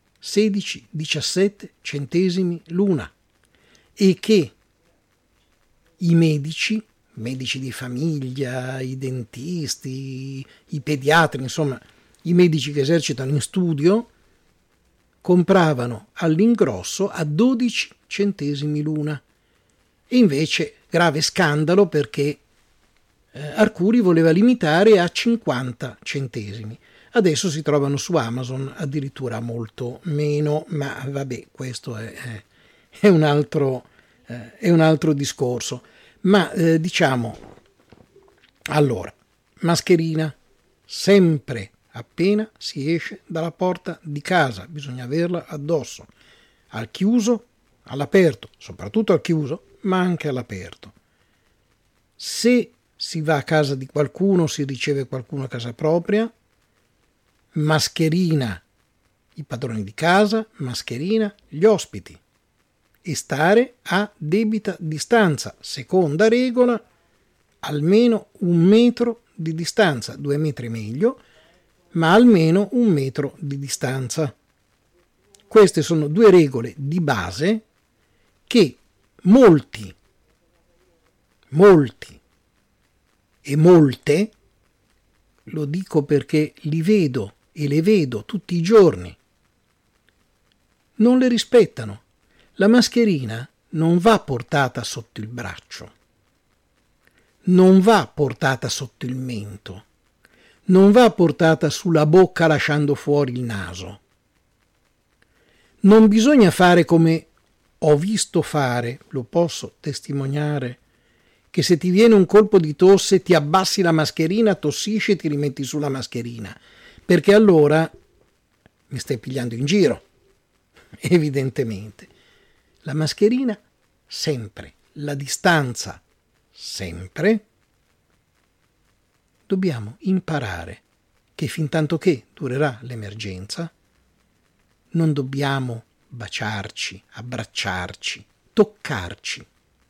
16-17 centesimi l'una e che i medici di famiglia, i dentisti, i pediatri, insomma i medici che esercitano in studio, compravano all'ingrosso a 12 centesimi l'una. E invece grave scandalo perché Arcuri voleva limitare a 50 centesimi. Adesso si trovano su Amazon addirittura molto meno, ma vabbè, questo è un altro discorso. Ma diciamo, allora, mascherina sempre appena si esce dalla porta di casa, bisogna averla addosso, al chiuso, all'aperto, soprattutto al chiuso, ma anche all'aperto. Se si va a casa di qualcuno, si riceve qualcuno a casa propria, mascherina i padroni di casa, mascherina gli ospiti e stare a debita distanza. Seconda regola, almeno 1 metro di distanza, 2 metri meglio, ma almeno 1 metro di distanza. Queste sono 2 regole di base che molti e molte, lo dico perché li vedo e le vedo tutti i giorni, non le rispettano. La mascherina non va portata sotto il braccio, non va portata sotto il mento, non va portata sulla bocca lasciando fuori il naso. Non bisogna fare come ho visto fare, lo posso testimoniare, che se ti viene un colpo di tosse ti abbassi la mascherina, tossisci e ti rimetti sulla mascherina, perché allora mi stai pigliando in giro, evidentemente. La mascherina sempre, la distanza sempre. Dobbiamo imparare che fintanto che durerà l'emergenza non dobbiamo baciarci, abbracciarci, toccarci.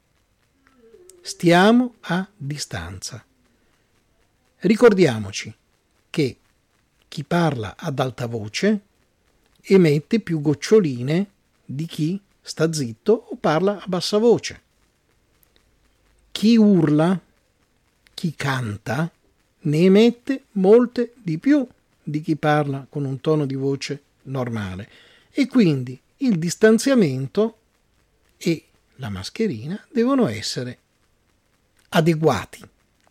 Stiamo a distanza. Ricordiamoci che chi parla ad alta voce emette più goccioline di chi sta zitto o parla a bassa voce. Chi urla, chi canta, ne emette molte di più di chi parla con un tono di voce normale. E quindi il distanziamento e la mascherina devono essere adeguati.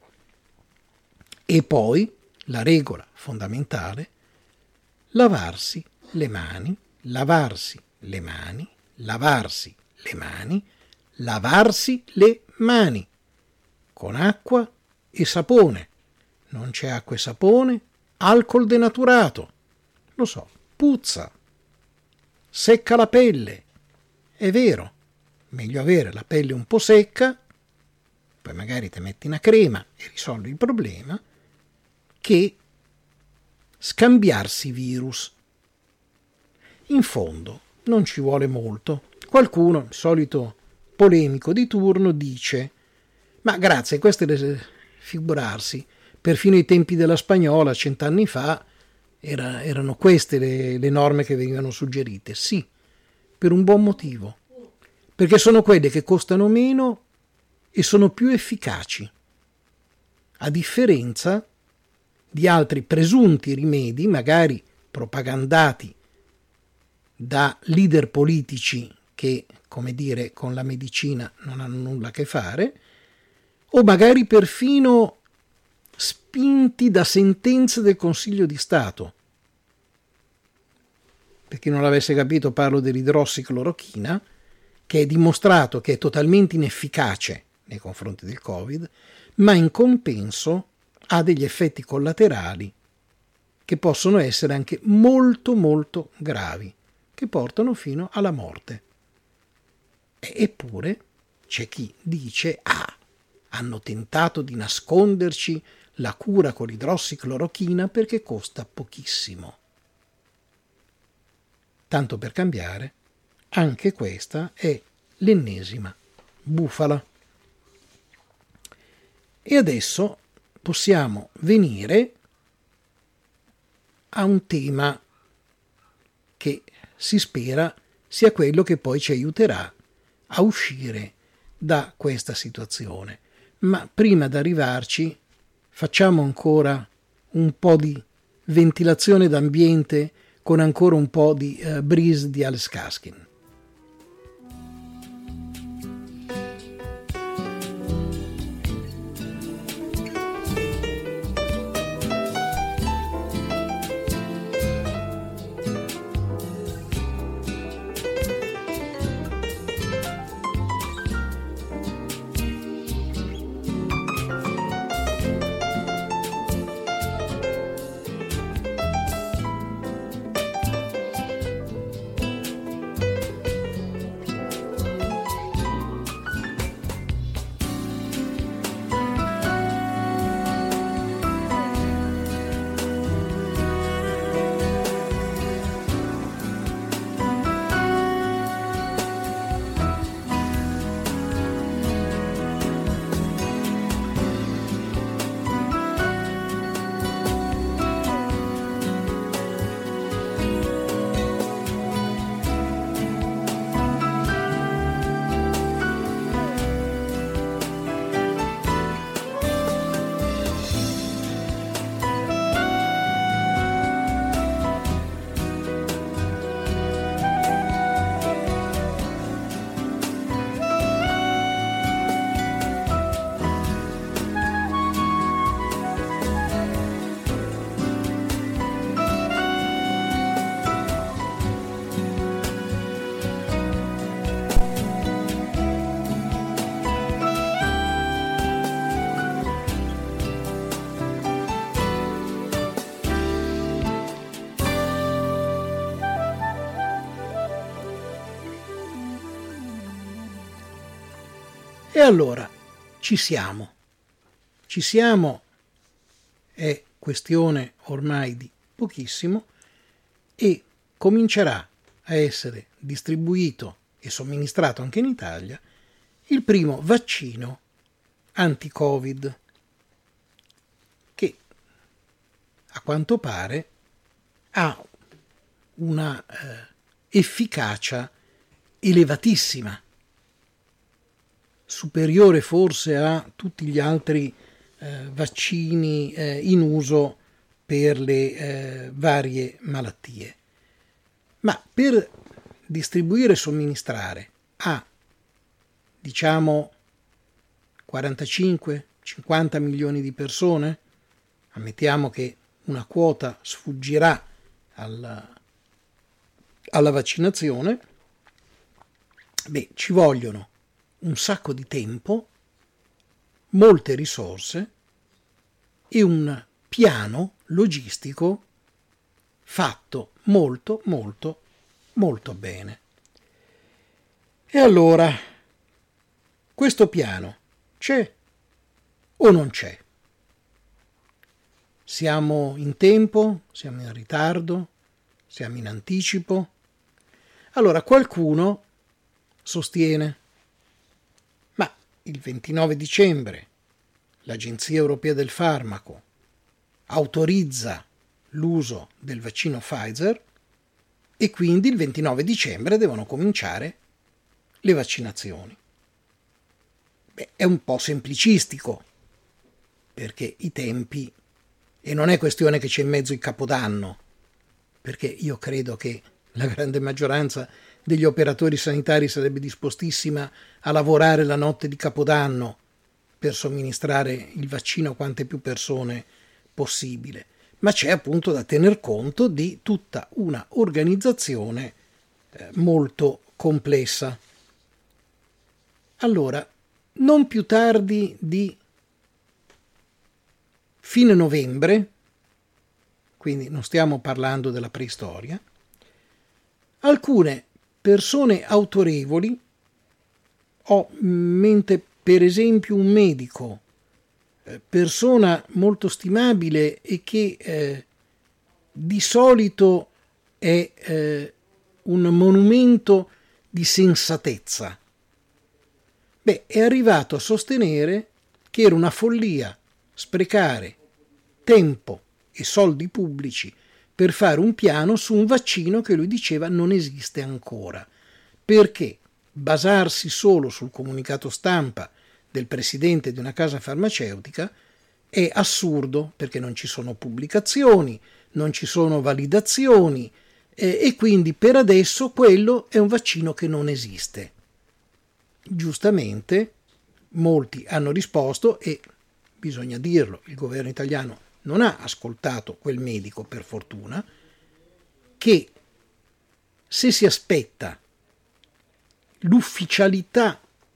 E poi la regola fondamentale: lavarsi le mani, lavarsi le mani, lavarsi le mani, lavarsi le mani con acqua e sapone. Non c'è acqua e sapone, alcol denaturato. Lo so, puzza, secca la pelle. È vero, meglio avere la pelle un po' secca, poi magari ti metti una crema e risolvi il problema, che scambiarsi virus. In fondo non ci vuole molto. Qualcuno, il solito polemico di turno, dice: ma grazie, figurarsi, perfino ai tempi della Spagnola, 100 anni fa, erano queste le norme che venivano suggerite. Sì, per un buon motivo, perché sono quelle che costano meno e sono più efficaci, a differenza di altri presunti rimedi, magari propagandati da leader politici che, come dire, con la medicina non hanno nulla a che fare, o magari perfino spinti da sentenze del Consiglio di Stato. Per chi non l'avesse capito, parlo dell'idrossiclorochina, che è dimostrato che è totalmente inefficace nei confronti del Covid, ma in compenso ha degli effetti collaterali che possono essere anche molto molto gravi, che portano fino alla morte. Eppure c'è chi dice: hanno tentato di nasconderci la cura con l'idrossiclorochina perché costa pochissimo. tanto per cambiare, anche questa è l'ennesima bufala. E adesso possiamo venire a un tema che si spera sia quello che poi ci aiuterà a uscire da questa situazione. Ma prima di arrivarci facciamo ancora un po' di ventilazione d'ambiente con ancora un po' di Breeze di Alex Kaskin. E allora ci siamo, è questione ormai di pochissimo e comincerà a essere distribuito e somministrato anche in Italia il primo vaccino anti-Covid che a quanto pare ha una efficacia elevatissima, superiore forse a tutti gli altri vaccini in uso per le varie malattie. Ma per distribuire e somministrare a, diciamo, 45-50 milioni di persone, ammettiamo che una quota sfuggirà alla vaccinazione, ci vogliono un sacco di tempo, molte risorse e un piano logistico fatto molto molto molto bene. E allora, questo piano c'è o non c'è? Siamo in tempo? Siamo in ritardo? Siamo in anticipo? Allora qualcuno sostiene: ma il 29 dicembre l'Agenzia Europea del Farmaco autorizza l'uso del vaccino Pfizer e quindi il 29 dicembre devono cominciare le vaccinazioni. È un po' semplicistico, perché i tempi, e non è questione che c'è in mezzo il Capodanno, perché io credo che la grande maggioranza degli operatori sanitari sarebbe dispostissima a lavorare la notte di Capodanno per somministrare il vaccino a quante più persone possibile, ma c'è appunto da tener conto di tutta una organizzazione molto complessa. Allora, non più tardi di fine novembre, quindi non stiamo parlando della preistoria, alcune persone autorevoli, ho in mente per esempio un medico, persona molto stimabile e che di solito è un monumento di sensatezza. È arrivato a sostenere che era una follia sprecare tempo e soldi pubblici per fare un piano su un vaccino che lui diceva non esiste ancora, perché basarsi solo sul comunicato stampa del presidente di una casa farmaceutica è assurdo, perché non ci sono pubblicazioni, non ci sono validazioni e quindi per adesso quello è un vaccino che non esiste. Giustamente molti hanno risposto, e bisogna dirlo, il governo italiano non ha ascoltato quel medico, per fortuna, che se si aspetta l'ufficialità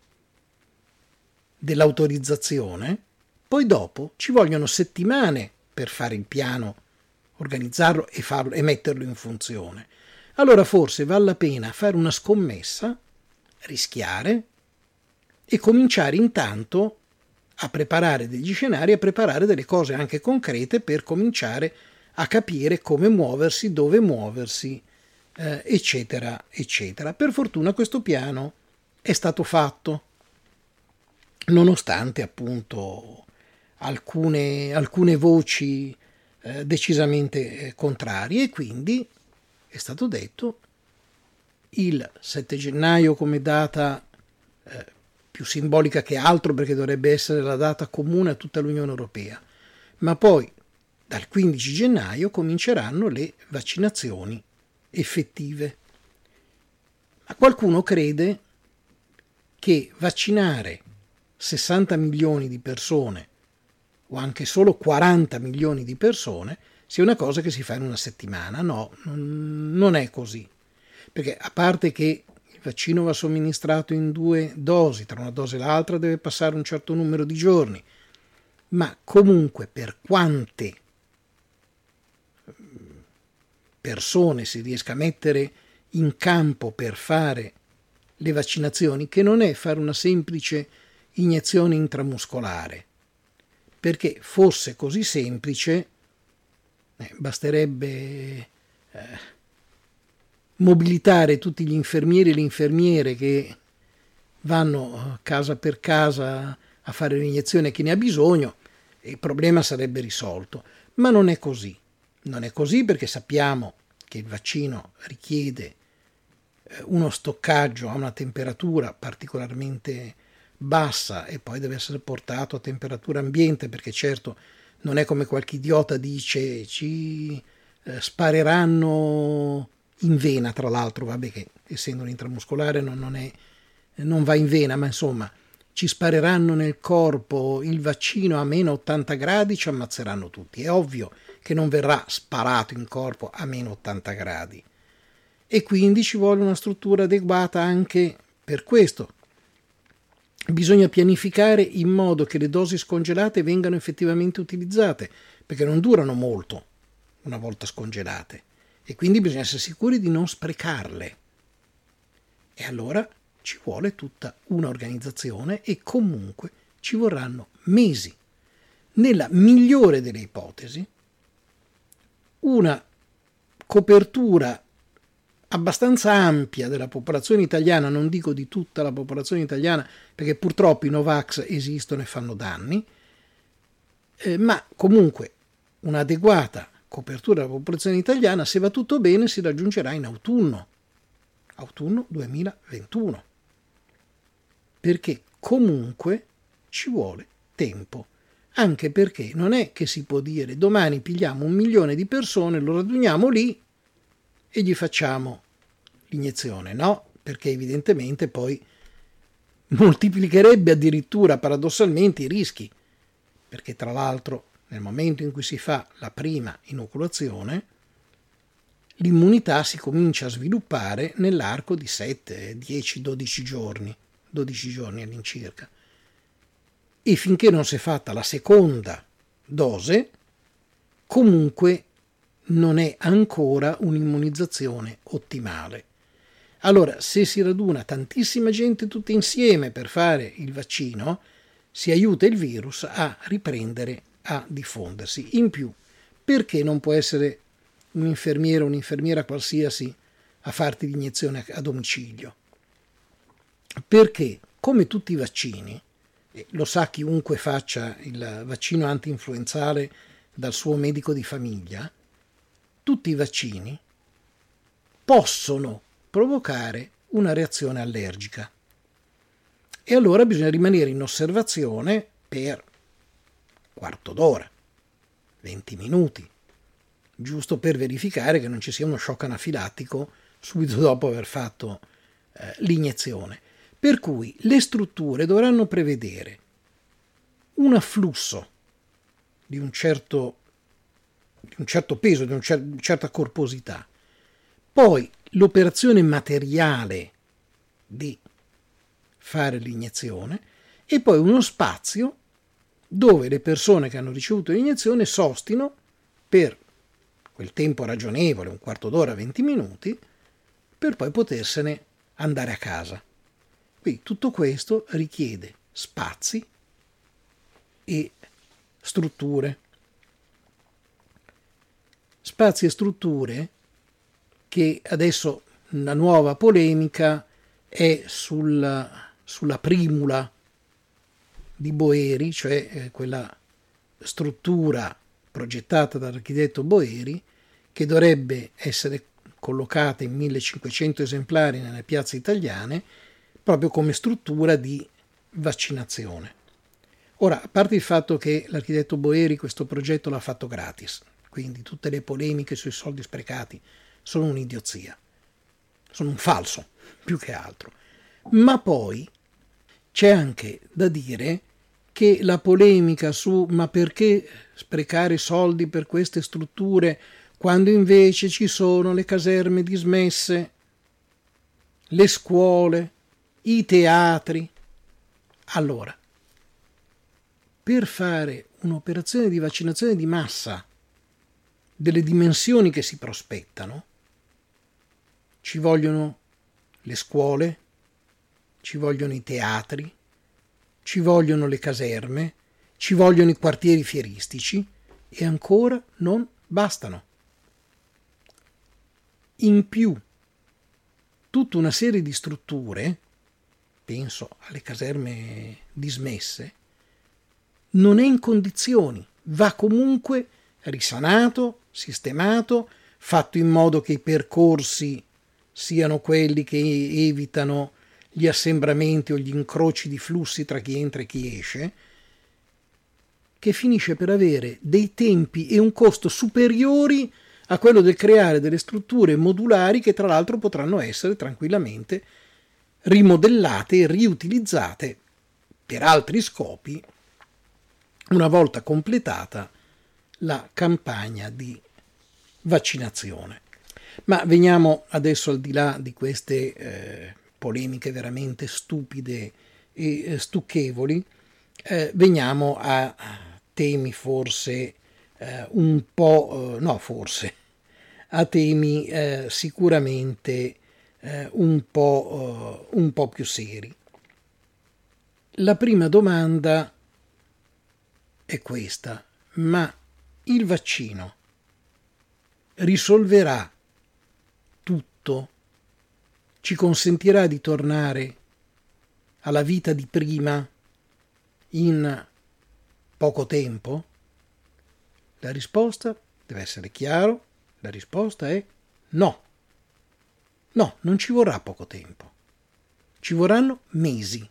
dell'autorizzazione, poi dopo ci vogliono settimane per fare il piano, organizzarlo e farlo e metterlo in funzione. Allora forse vale la pena fare una scommessa, rischiare e cominciare intanto a preparare degli scenari, a preparare delle cose anche concrete per cominciare a capire come muoversi, dove muoversi, eccetera, eccetera. Per fortuna questo piano è stato fatto, nonostante appunto alcune voci decisamente contrarie, e quindi è stato detto il 7 gennaio come data più simbolica che altro, perché dovrebbe essere la data comune a tutta l'Unione Europea, ma poi dal 15 gennaio cominceranno le vaccinazioni effettive. Ma qualcuno crede che vaccinare 60 milioni di persone o anche solo 40 milioni di persone sia una cosa che si fa in una settimana. No, non è così, perché a parte che il vaccino va somministrato in 2 dosi, tra una dose e l'altra deve passare un certo numero di giorni, ma comunque per quante persone si riesca a mettere in campo per fare le vaccinazioni, che non è fare una semplice iniezione intramuscolare, perché fosse così semplice basterebbe mobilitare tutti gli infermieri e le infermiere che vanno casa per casa a fare l'iniezione a chi ne ha bisogno e il problema sarebbe risolto. Ma non è così. Non è così, perché sappiamo che il vaccino richiede uno stoccaggio a una temperatura particolarmente bassa e poi deve essere portato a temperatura ambiente, perché certo non è come qualche idiota dice ci spareranno in vena, tra l'altro, vabbè, che essendo un intramuscolare non va in vena, ma insomma ci spareranno nel corpo il vaccino a meno 80 gradi, ci ammazzeranno tutti. È ovvio che non verrà sparato in corpo a meno 80 gradi e quindi ci vuole una struttura adeguata anche per questo. Bisogna pianificare in modo che le dosi scongelate vengano effettivamente utilizzate, perché non durano molto una volta scongelate, e quindi bisogna essere sicuri di non sprecarle. E allora ci vuole tutta un'organizzazione e comunque ci vorranno mesi. Nella migliore delle ipotesi, una copertura abbastanza ampia della popolazione italiana, non dico di tutta la popolazione italiana, perché purtroppo i Novax esistono e fanno danni, ma comunque un'adeguata copertura della popolazione italiana, se va tutto bene, si raggiungerà in autunno 2021, perché comunque ci vuole tempo, anche perché non è che si può dire domani pigliamo 1 milione di persone, lo raduniamo lì e gli facciamo l'iniezione. No, perché evidentemente poi moltiplicherebbe addirittura paradossalmente i rischi, perché tra l'altro nel momento in cui si fa la prima inoculazione l'immunità si comincia a sviluppare nell'arco di 7, 10, 12 giorni all'incirca, e finché non si è fatta la seconda dose comunque non è ancora un'immunizzazione ottimale. Allora, se si raduna tantissima gente tutte insieme per fare il vaccino, si aiuta il virus a riprendere a diffondersi. In più, perché non può essere un infermiere o un'infermiera qualsiasi a farti l'iniezione a domicilio. Perché, come tutti i vaccini, lo sa chiunque faccia il vaccino anti-influenzale dal suo medico di famiglia, tutti i vaccini possono provocare una reazione allergica. E allora bisogna rimanere in osservazione per quarto d'ora, 20 minuti, giusto per verificare che non ci sia uno shock anafilattico subito dopo aver fatto l'iniezione. Per cui le strutture dovranno prevedere un afflusso di un certo peso, di una certa corposità, poi l'operazione materiale di fare l'iniezione e poi uno spazio dove le persone che hanno ricevuto l'iniezione sostino per quel tempo ragionevole, un quarto d'ora, 20 minuti, per poi potersene andare a casa. Quindi tutto questo richiede spazi e strutture. Spazi e strutture che adesso una nuova polemica è sulla primula di Boeri, cioè quella struttura progettata dall'architetto Boeri che dovrebbe essere collocata in 1500 esemplari nelle piazze italiane proprio come struttura di vaccinazione. Ora, a parte il fatto che l'architetto Boeri questo progetto l'ha fatto gratis, quindi tutte le polemiche sui soldi sprecati sono un'idiozia, sono un falso, più che altro. Ma poi c'è anche da dire che la polemica su ma perché sprecare soldi per queste strutture quando invece ci sono le caserme dismesse, le scuole, i teatri. Allora, per fare un'operazione di vaccinazione di massa delle dimensioni che si prospettano, ci vogliono le scuole, ci vogliono i teatri, ci vogliono le caserme, ci vogliono i quartieri fieristici e ancora non bastano. In più, tutta una serie di strutture, penso alle caserme dismesse, non è in condizioni, va comunque risanato, sistemato, fatto in modo che i percorsi siano quelli che evitano gli assembramenti o gli incroci di flussi tra chi entra e chi esce, che finisce per avere dei tempi e un costo superiori a quello del creare delle strutture modulari che tra l'altro potranno essere tranquillamente rimodellate e riutilizzate per altri scopi una volta completata la campagna di vaccinazione. Ma veniamo adesso al di là di queste polemiche veramente stupide e stucchevoli, veniamo a temi forse a temi sicuramente un po' più seri. La prima domanda è questa: ma il vaccino risolverà tutto? Ci consentirà di tornare alla vita di prima in poco tempo? La risposta deve essere chiara, la risposta è no. No, non ci vorrà poco tempo, ci vorranno mesi,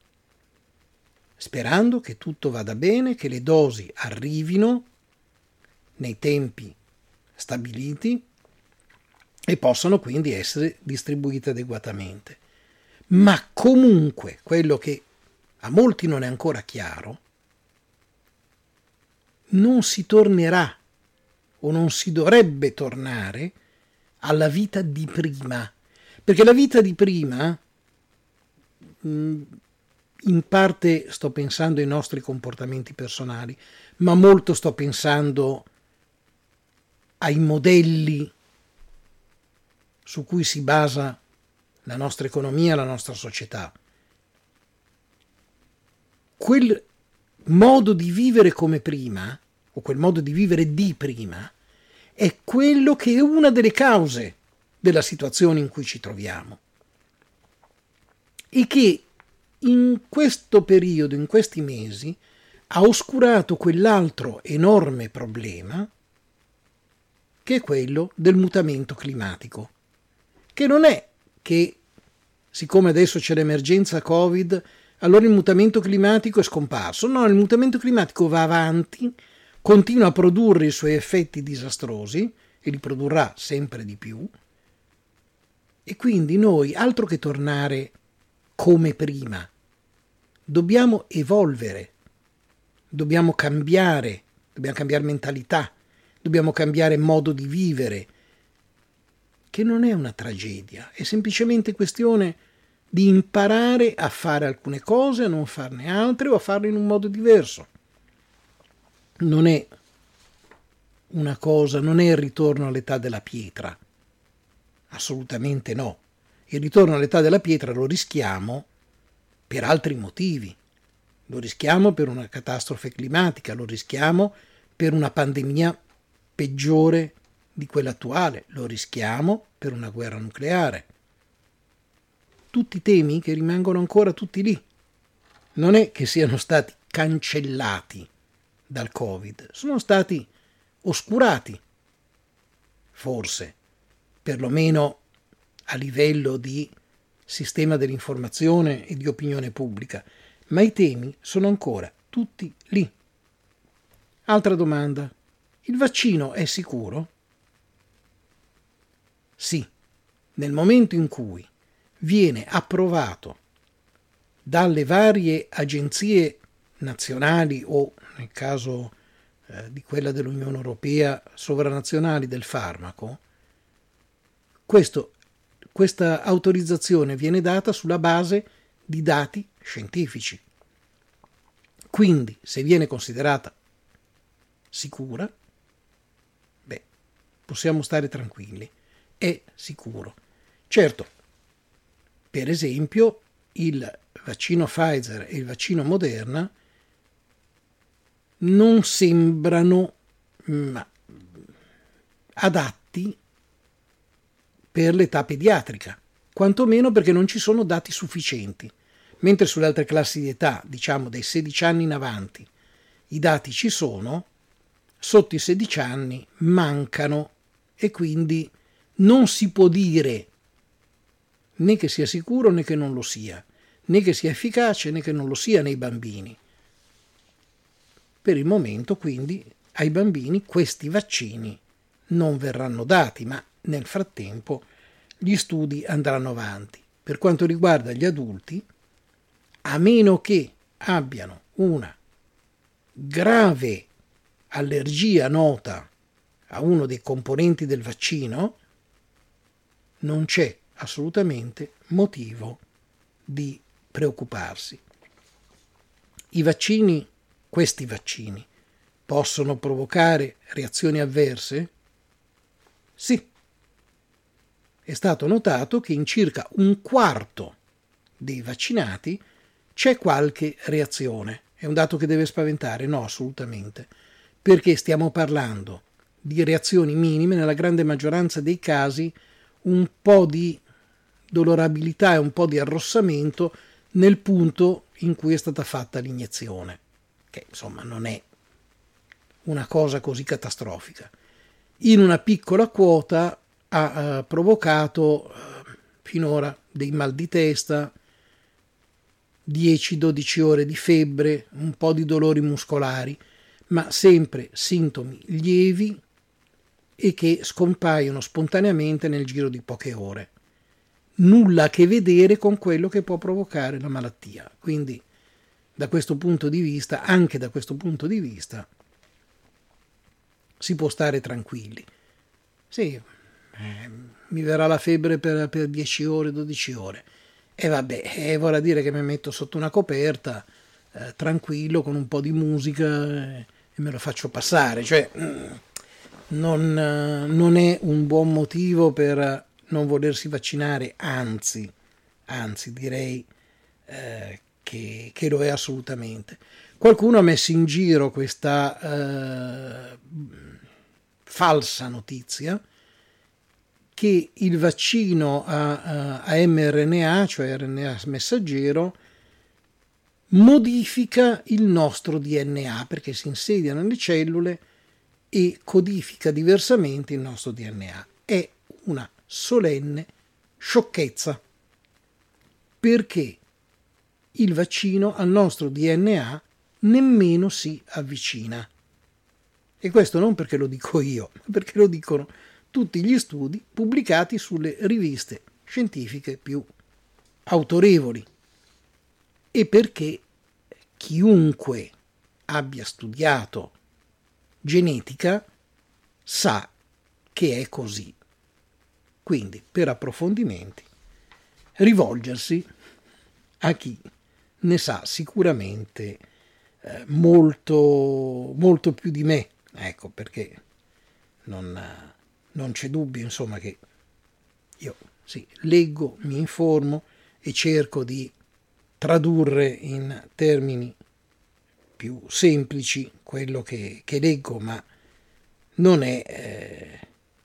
sperando che tutto vada bene, che le dosi arrivino nei tempi stabiliti e possano quindi essere distribuite adeguatamente. Ma comunque quello che a molti non è ancora chiaro, non si tornerà o non si dovrebbe tornare alla vita di prima, perché la vita di prima, in parte sto pensando ai nostri comportamenti personali, ma molto sto pensando ai modelli su cui si basa la nostra economia, la nostra società. Quel modo di vivere come prima, o quel modo di vivere di prima, è quello che è una delle cause della situazione in cui ci troviamo e che in questo periodo, in questi mesi, ha oscurato quell'altro enorme problema che è quello del mutamento climatico, che non è che siccome adesso c'è l'emergenza Covid, allora il mutamento climatico è scomparso. No, il mutamento climatico va avanti, continua a produrre i suoi effetti disastrosi e li produrrà sempre di più. E quindi noi, altro che tornare come prima, dobbiamo evolvere, dobbiamo cambiare mentalità, dobbiamo cambiare modo di vivere, che non è una tragedia, è semplicemente questione di imparare a fare alcune cose, a non farne altre o a farle in un modo diverso. Non è una cosa, non è il ritorno all'età della pietra, assolutamente no. Il ritorno all'età della pietra lo rischiamo per altri motivi, lo rischiamo per una catastrofe climatica, lo rischiamo per una pandemia peggiore di quella attuale, lo rischiamo per una guerra nucleare. Tutti temi che rimangono ancora tutti lì. Non è che siano stati cancellati dal Covid, sono stati oscurati, forse, perlomeno a livello di sistema dell'informazione e di opinione pubblica, ma i temi sono ancora tutti lì. Altra domanda. Il vaccino è sicuro? Sì, nel momento in cui viene approvato dalle varie agenzie nazionali o, nel caso di quella dell'Unione Europea, sovranazionali del farmaco, questa autorizzazione viene data sulla base di dati scientifici. Quindi, se viene considerata sicura, possiamo stare tranquilli, è sicuro. Certo, per esempio, il vaccino Pfizer e il vaccino Moderna non sembrano adatti per l'età pediatrica, quantomeno perché non ci sono dati sufficienti, mentre sulle altre classi di età, diciamo dai 16 anni in avanti, i dati ci sono, sotto i 16 anni mancano e quindi non si può dire né che sia sicuro né che non lo sia, né che sia efficace né che non lo sia nei bambini. Per il momento quindi ai bambini questi vaccini non verranno dati, ma nel frattempo gli studi andranno avanti. Per quanto riguarda gli adulti, a meno che abbiano una grave allergia nota a uno dei componenti del vaccino, non c'è assolutamente motivo di preoccuparsi. I vaccini, questi vaccini, possono provocare reazioni avverse? Sì. È stato notato che in circa un quarto dei vaccinati c'è qualche reazione. È un dato che deve spaventare? No, assolutamente. Perché stiamo parlando di reazioni minime, nella grande maggioranza dei casi un po' di dolorabilità e un po' di arrossamento nel punto in cui è stata fatta l'iniezione, che insomma non è una cosa così catastrofica. In una piccola quota ha provocato finora dei mal di testa, 10-12 ore di febbre, un po' di dolori muscolari, ma sempre sintomi lievi e che scompaiono spontaneamente nel giro di poche ore. Nulla a che vedere con quello che può provocare la malattia. Quindi, da questo punto di vista, anche da questo punto di vista, si può stare tranquilli. Sì, mi verrà la febbre per 10 ore, 12 ore. E vabbè, vorrà dire che mi metto sotto una coperta, tranquillo, con un po' di musica e me lo faccio passare. Cioè, non è un buon motivo per non volersi vaccinare, anzi direi che lo è assolutamente. Qualcuno ha messo in giro questa falsa notizia che il vaccino a mRNA, cioè RNA messaggero, modifica il nostro DNA perché si insedia nelle cellule e codifica diversamente il nostro DNA. È una solenne sciocchezza, perché il vaccino al nostro DNA nemmeno si avvicina. E questo non perché lo dico io, ma perché lo dicono tutti gli studi pubblicati sulle riviste scientifiche più autorevoli e perché chiunque abbia studiato genetica sa che è così. Quindi, per approfondimenti, rivolgersi a chi ne sa sicuramente molto, molto più di me. Ecco, perché non c'è dubbio, insomma, che io sì, leggo, mi informo e cerco di tradurre in termini più semplici quello che leggo, ma non è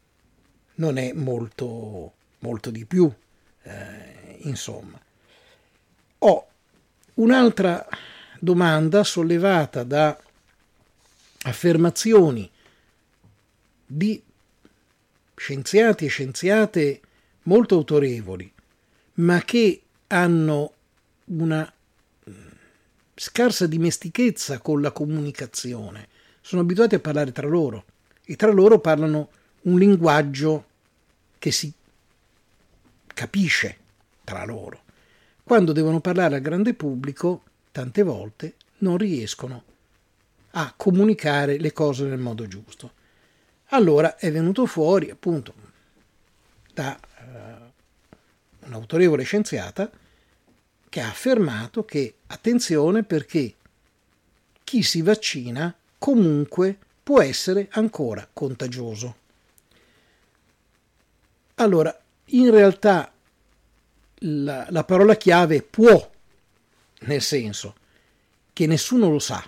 molto, molto di più, insomma. Ho un'altra domanda sollevata da affermazioni di scienziati e scienziate molto autorevoli, ma che hanno una scarsa dimestichezza con la comunicazione. Sono abituati a parlare tra loro e tra loro parlano un linguaggio che si capisce tra loro. Quando devono parlare al grande pubblico, tante volte non riescono a comunicare le cose nel modo giusto. Allora è venuto fuori, appunto, da un'autorevole scienziata che ha affermato che, attenzione, perché chi si vaccina comunque può essere ancora contagioso. Allora, in realtà la parola chiave è può, nel senso che nessuno lo sa.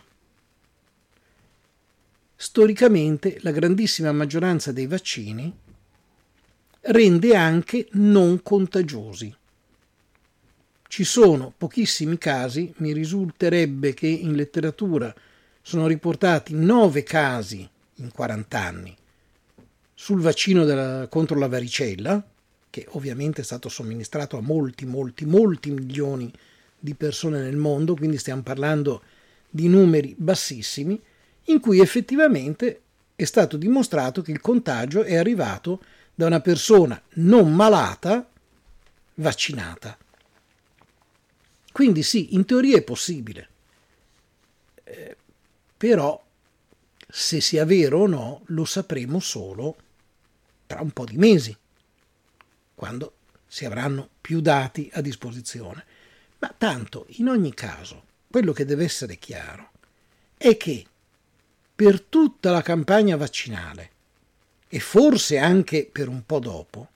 Storicamente la grandissima maggioranza dei vaccini rende anche non contagiosi. Ci sono pochissimi casi, mi risulterebbe che in letteratura sono riportati 9 casi in 40 anni sul vaccino contro la varicella, che ovviamente è stato somministrato a molti milioni di persone nel mondo, quindi stiamo parlando di numeri bassissimi, in cui effettivamente è stato dimostrato che il contagio è arrivato da una persona non malata vaccinata. Quindi sì, in teoria è possibile, però se sia vero o no lo sapremo solo tra un po' di mesi, quando si avranno più dati a disposizione. Ma tanto, in ogni caso, quello che deve essere chiaro è che per tutta la campagna vaccinale, e forse anche per un po' dopo,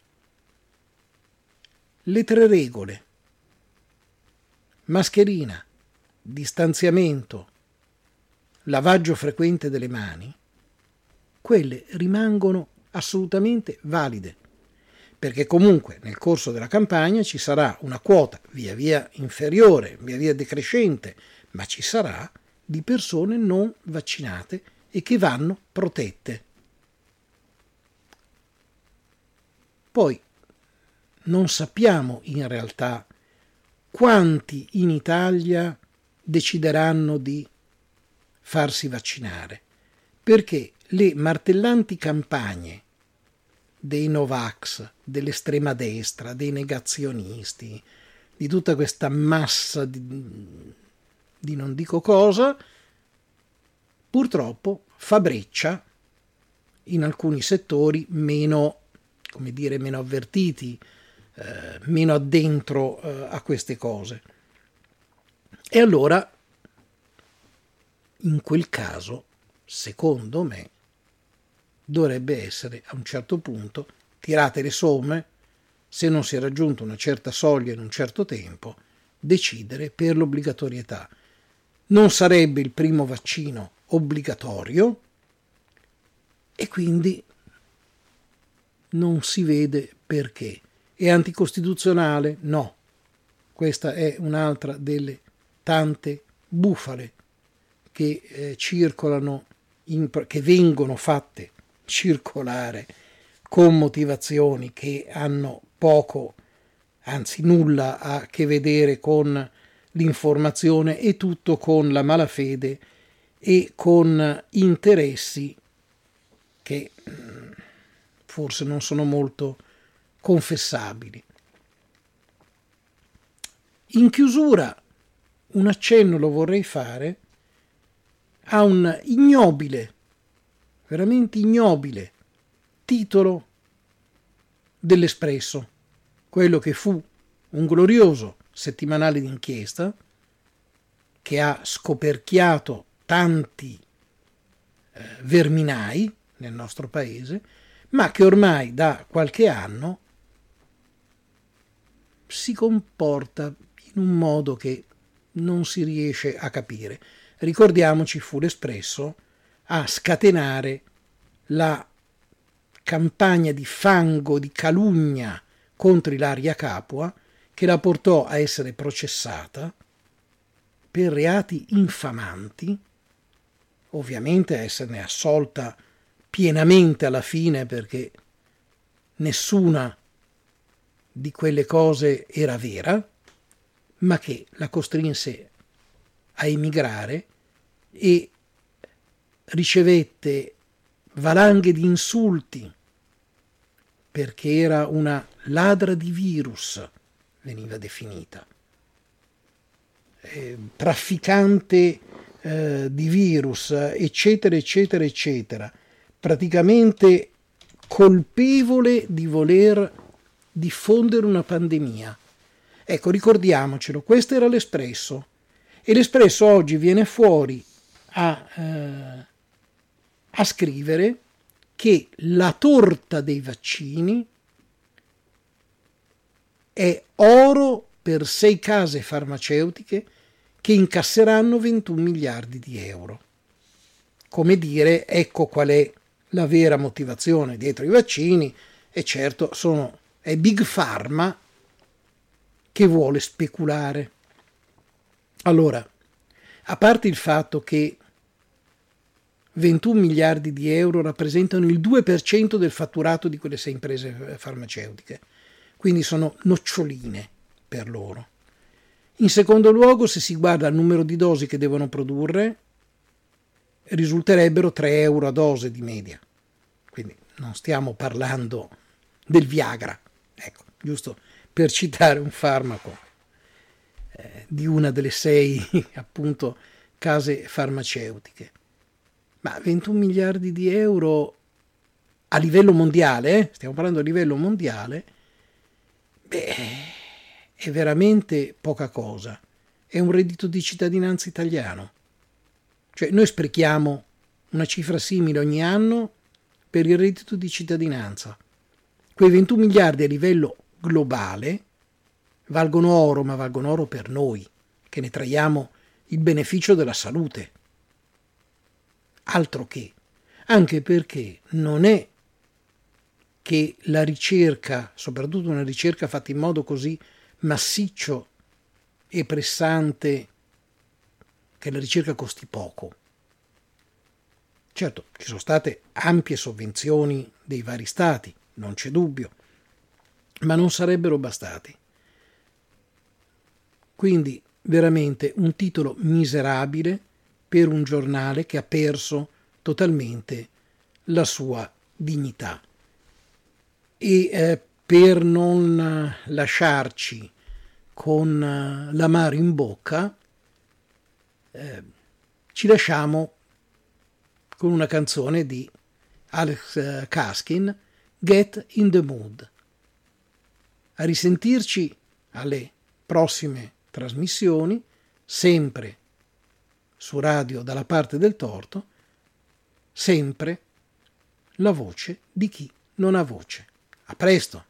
le 3 regole, mascherina, distanziamento, lavaggio frequente delle mani, quelle rimangono assolutamente valide, perché comunque nel corso della campagna ci sarà una quota via via inferiore, via via decrescente, ma ci sarà di persone non vaccinate e che vanno protette. Poi non sappiamo in realtà quanti in Italia decideranno di farsi vaccinare, perché le martellanti campagne dei Novax, dell'estrema destra, dei negazionisti, di tutta questa massa di non dico cosa, purtroppo fa breccia in alcuni settori meno avvertiti, meno addentro a queste cose. E allora, in quel caso, secondo me, dovrebbe essere a un certo punto tirate le somme, se non si è raggiunto una certa soglia in un certo tempo, decidere per l'obbligatorietà. Non sarebbe il primo vaccino obbligatorio e quindi non si vede perché. È anticostituzionale? No. Questa è un'altra delle tante bufale che circolano, che vengono fatte circolare con motivazioni che hanno poco, anzi nulla a che vedere con l'informazione e tutto con la malafede e con interessi che forse non sono molto confessabili. In chiusura un accenno lo vorrei fare a un ignobile, veramente ignobile titolo dell'Espresso, quello che fu un glorioso settimanale d'inchiesta che ha scoperchiato tanti verminai nel nostro paese, ma che ormai da qualche anno si comporta in un modo che non si riesce a capire. Ricordiamoci, fu l'Espresso a scatenare la campagna di fango, di calunnia contro Ilaria Capua, che la portò a essere processata per reati infamanti, ovviamente a esserne assolta pienamente alla fine, perché nessuna di quelle cose era vera, ma che la costrinse a emigrare e ricevette valanghe di insulti perché era una ladra di virus, veniva definita, trafficante di virus, eccetera, eccetera, eccetera, praticamente colpevole di voler diffondere una pandemia. Ecco, ricordiamocelo, questo era l'Espresso, e l'Espresso oggi viene fuori a scrivere che la torta dei vaccini è oro per 6 case farmaceutiche che incasseranno 21 miliardi di euro. Come dire, ecco qual è la vera motivazione dietro i vaccini, e certo è Big Pharma che vuole speculare. Allora, a parte il fatto che 21 miliardi di euro rappresentano il 2% del fatturato di quelle 6 imprese farmaceutiche, quindi sono noccioline per loro. In secondo luogo, se si guarda il numero di dosi che devono produrre, risulterebbero 3 euro a dose di media. Quindi non stiamo parlando del Viagra, ecco, giusto per citare un farmaco di una delle 6 appunto case farmaceutiche. Ma 21 miliardi di euro a livello mondiale, stiamo parlando a livello mondiale, è veramente poca cosa. È un reddito di cittadinanza italiano. Cioè noi sprechiamo una cifra simile ogni anno per il reddito di cittadinanza. Quei 21 miliardi a livello globale valgono oro, ma valgono oro per noi, che ne traiamo il beneficio della salute. Altro che, anche perché non è che la ricerca, soprattutto una ricerca fatta in modo così massiccio e pressante, che la ricerca costi poco. Certo, ci sono state ampie sovvenzioni dei vari stati, non c'è dubbio, ma non sarebbero bastati. Quindi veramente un titolo miserabile per un giornale che ha perso totalmente la sua dignità. E per non lasciarci con l'amaro in bocca, ci lasciamo con una canzone di Alex Kaskin, Get in the Mood. A risentirci alle prossime trasmissioni, sempre su Radio Dalla Parte del Torto, sempre la voce di chi non ha voce. A presto!